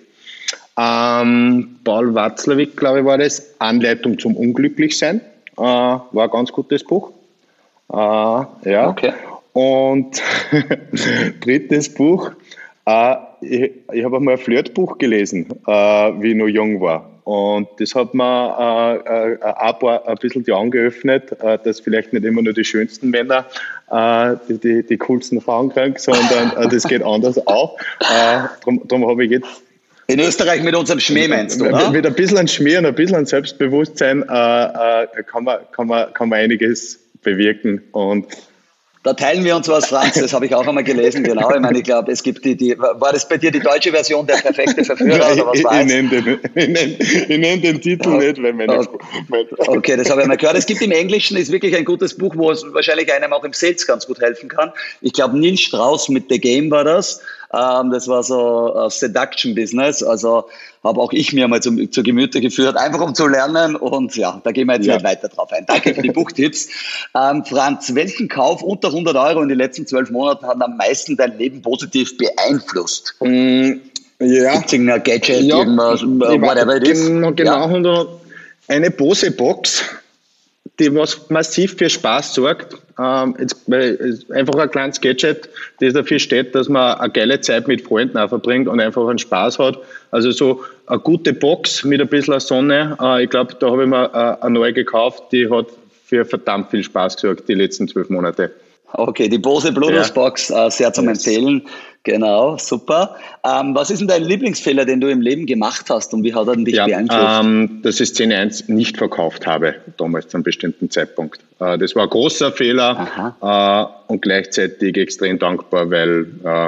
Paul Watzlawick, glaube ich, war das. Anleitung zum Unglücklichsein. War ein ganz gutes Buch. Ja. Okay. Und drittes Buch. Ich habe einmal ein Flirtbuch gelesen, wie ich noch jung war. Und das hat mir ein bisschen die Augen geöffnet, dass vielleicht nicht immer nur die schönsten Männer die coolsten Frauen kriegen, sondern das geht anders auch. Darum habe ich jetzt in Österreich mit unserem Schmäh meinst du, oder? Mit ein bisschen an Schmäh und ein bisschen an Selbstbewusstsein kann man einiges bewirken. Und da teilen wir uns was, Franz, das habe ich auch einmal gelesen, genau. Ich meine, ich glaube, es gibt war das bei dir die deutsche Version, der perfekte Verführer, oder was war es? Ich nenne den Titel nicht, weil Okay, das habe ich mal gehört. Es gibt im Englischen, ist wirklich ein gutes Buch, wo es wahrscheinlich einem auch im Sales ganz gut helfen kann. Ich glaube, Neil Strauss mit The Game war das. Das war so Seduction Business. Also habe auch ich mir mal zu Gemüte geführt, einfach um zu lernen. Und ja, da gehen wir jetzt nicht weiter drauf ein. Danke für die Buchtipps. Franz, welchen Kauf unter 100 Euro in den letzten 12 Monaten hat am meisten dein Leben positiv beeinflusst? Ja. Gibt's irgendein Gadget, irgendwas, whatever it is? Genau, eine Bose-Box, die was massiv für Spaß sorgt. Einfach ein kleines Gadget, das dafür steht, dass man eine geile Zeit mit Freunden auch verbringt und einfach einen Spaß hat. Also so eine gute Box mit ein bisschen Sonne. Ich glaube, da habe ich mir eine neue gekauft, die hat für verdammt viel Spaß gesorgt die letzten 12 Monate. Okay, die Bose Bluetooth-Box, sehr zum Empfehlen. Genau, super. Was ist denn dein Lieblingsfehler, den du im Leben gemacht hast und wie hat er dich beeinflusst? Dass ich Szene 1 nicht verkauft habe, damals zu einem bestimmten Zeitpunkt. Das war ein großer Fehler und gleichzeitig extrem dankbar, weil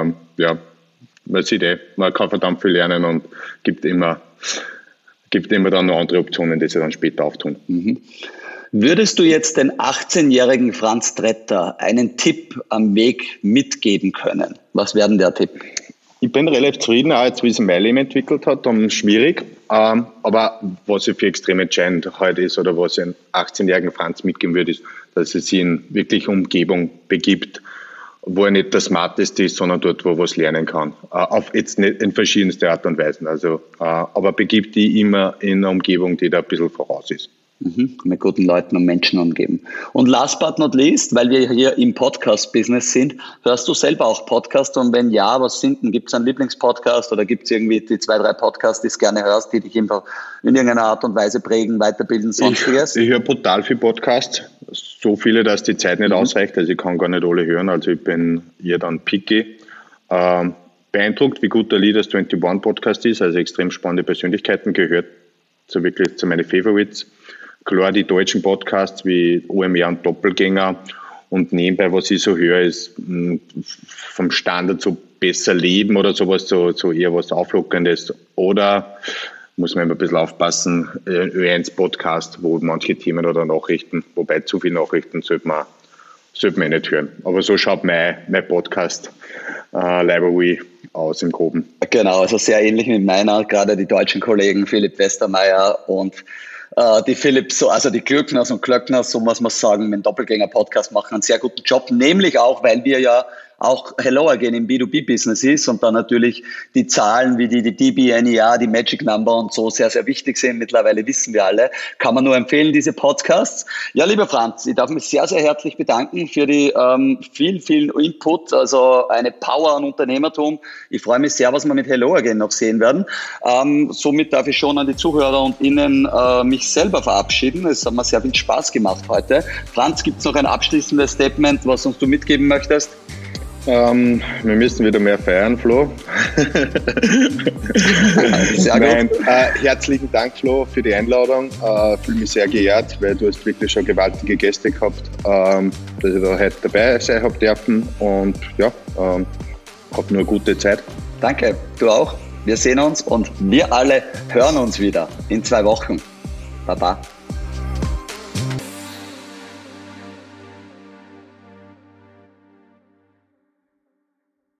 man sieht man kann verdammt viel lernen und gibt immer dann noch andere Optionen, die sie dann später auftun. Mhm. Würdest du jetzt den 18-jährigen Franz Tretter einen Tipp am Weg mitgeben können? Was wäre denn der Tipp? Ich bin relativ zufrieden, auch jetzt, wie sich mein Leben entwickelt hat, schwierig. Aber was ich für extrem entscheidend heute ist oder was ich einem 18-jährigen Franz mitgeben würde, ist, dass er sich in wirklich Umgebung begibt, wo er nicht der Smarteste ist, sondern dort, wo er was lernen kann. Jetzt nicht in verschiedenste Art und Weisen. Also, aber begibt die immer in einer Umgebung, die da ein bisschen voraus ist. Mit guten Leuten und Menschen umgeben. Und last but not least, weil wir hier im Podcast-Business sind, hörst du selber auch Podcasts? Und wenn ja, was sind denn? Gibt es einen Lieblingspodcast oder gibt es irgendwie die 2, 3 Podcasts, die du gerne hörst, die dich einfach in irgendeiner Art und Weise prägen, weiterbilden, sonstiges? Ich höre brutal viel Podcasts. So viele, dass die Zeit nicht ausreicht. Also ich kann gar nicht alle hören. Also ich bin eher dann picky. Beeindruckt, wie gut der Leaders 21 Podcast ist. Also extrem spannende Persönlichkeiten, gehört so wirklich zu meinen Favorites. Klar, die deutschen Podcasts wie OMR und Doppelgänger und nebenbei, was ich so höre, ist vom Standard so besser leben oder sowas, so eher was Auflockerndes. Oder muss man immer ein bisschen aufpassen, Ö1-Podcast, wo manche Themen oder Nachrichten, wobei zu viele Nachrichten sollte man nicht hören. Aber so schaut mein Podcast-Library aus im Groben. Genau, also sehr ähnlich mit meiner, gerade die deutschen Kollegen Philipp Westermeier und die Philips, also die Glöckners und Klöckners, so muss man sagen, mit dem Doppelgänger-Podcast machen einen sehr guten Job, nämlich auch, weil wir ja auch Hello Again im B2B-Business ist und dann natürlich die Zahlen wie die DB, NER, die Magic Number und so sehr, sehr wichtig sind. Mittlerweile wissen wir alle. Kann man nur empfehlen, diese Podcasts. Ja, lieber Franz, ich darf mich sehr, sehr herzlich bedanken für die vielen Input, also eine Power an Unternehmertum. Ich freue mich sehr, was wir mit Hello Again noch sehen werden. Somit darf ich schon an die Zuhörer und Ihnen mich selber verabschieden. Es hat mir sehr viel Spaß gemacht heute. Franz, gibt es noch ein abschließendes Statement, was uns du mitgeben möchtest? Wir müssen wieder mehr feiern, Flo. Sehr gut. Herzlichen Dank, Flo, für die Einladung. Fühle mich sehr geehrt, weil du hast wirklich schon gewaltige Gäste gehabt, dass ich da heute dabei sein habe dürfen. Und ja, habe nur eine gute Zeit. Danke, du auch. Wir sehen uns und wir alle hören uns wieder in 2 Wochen. Baba.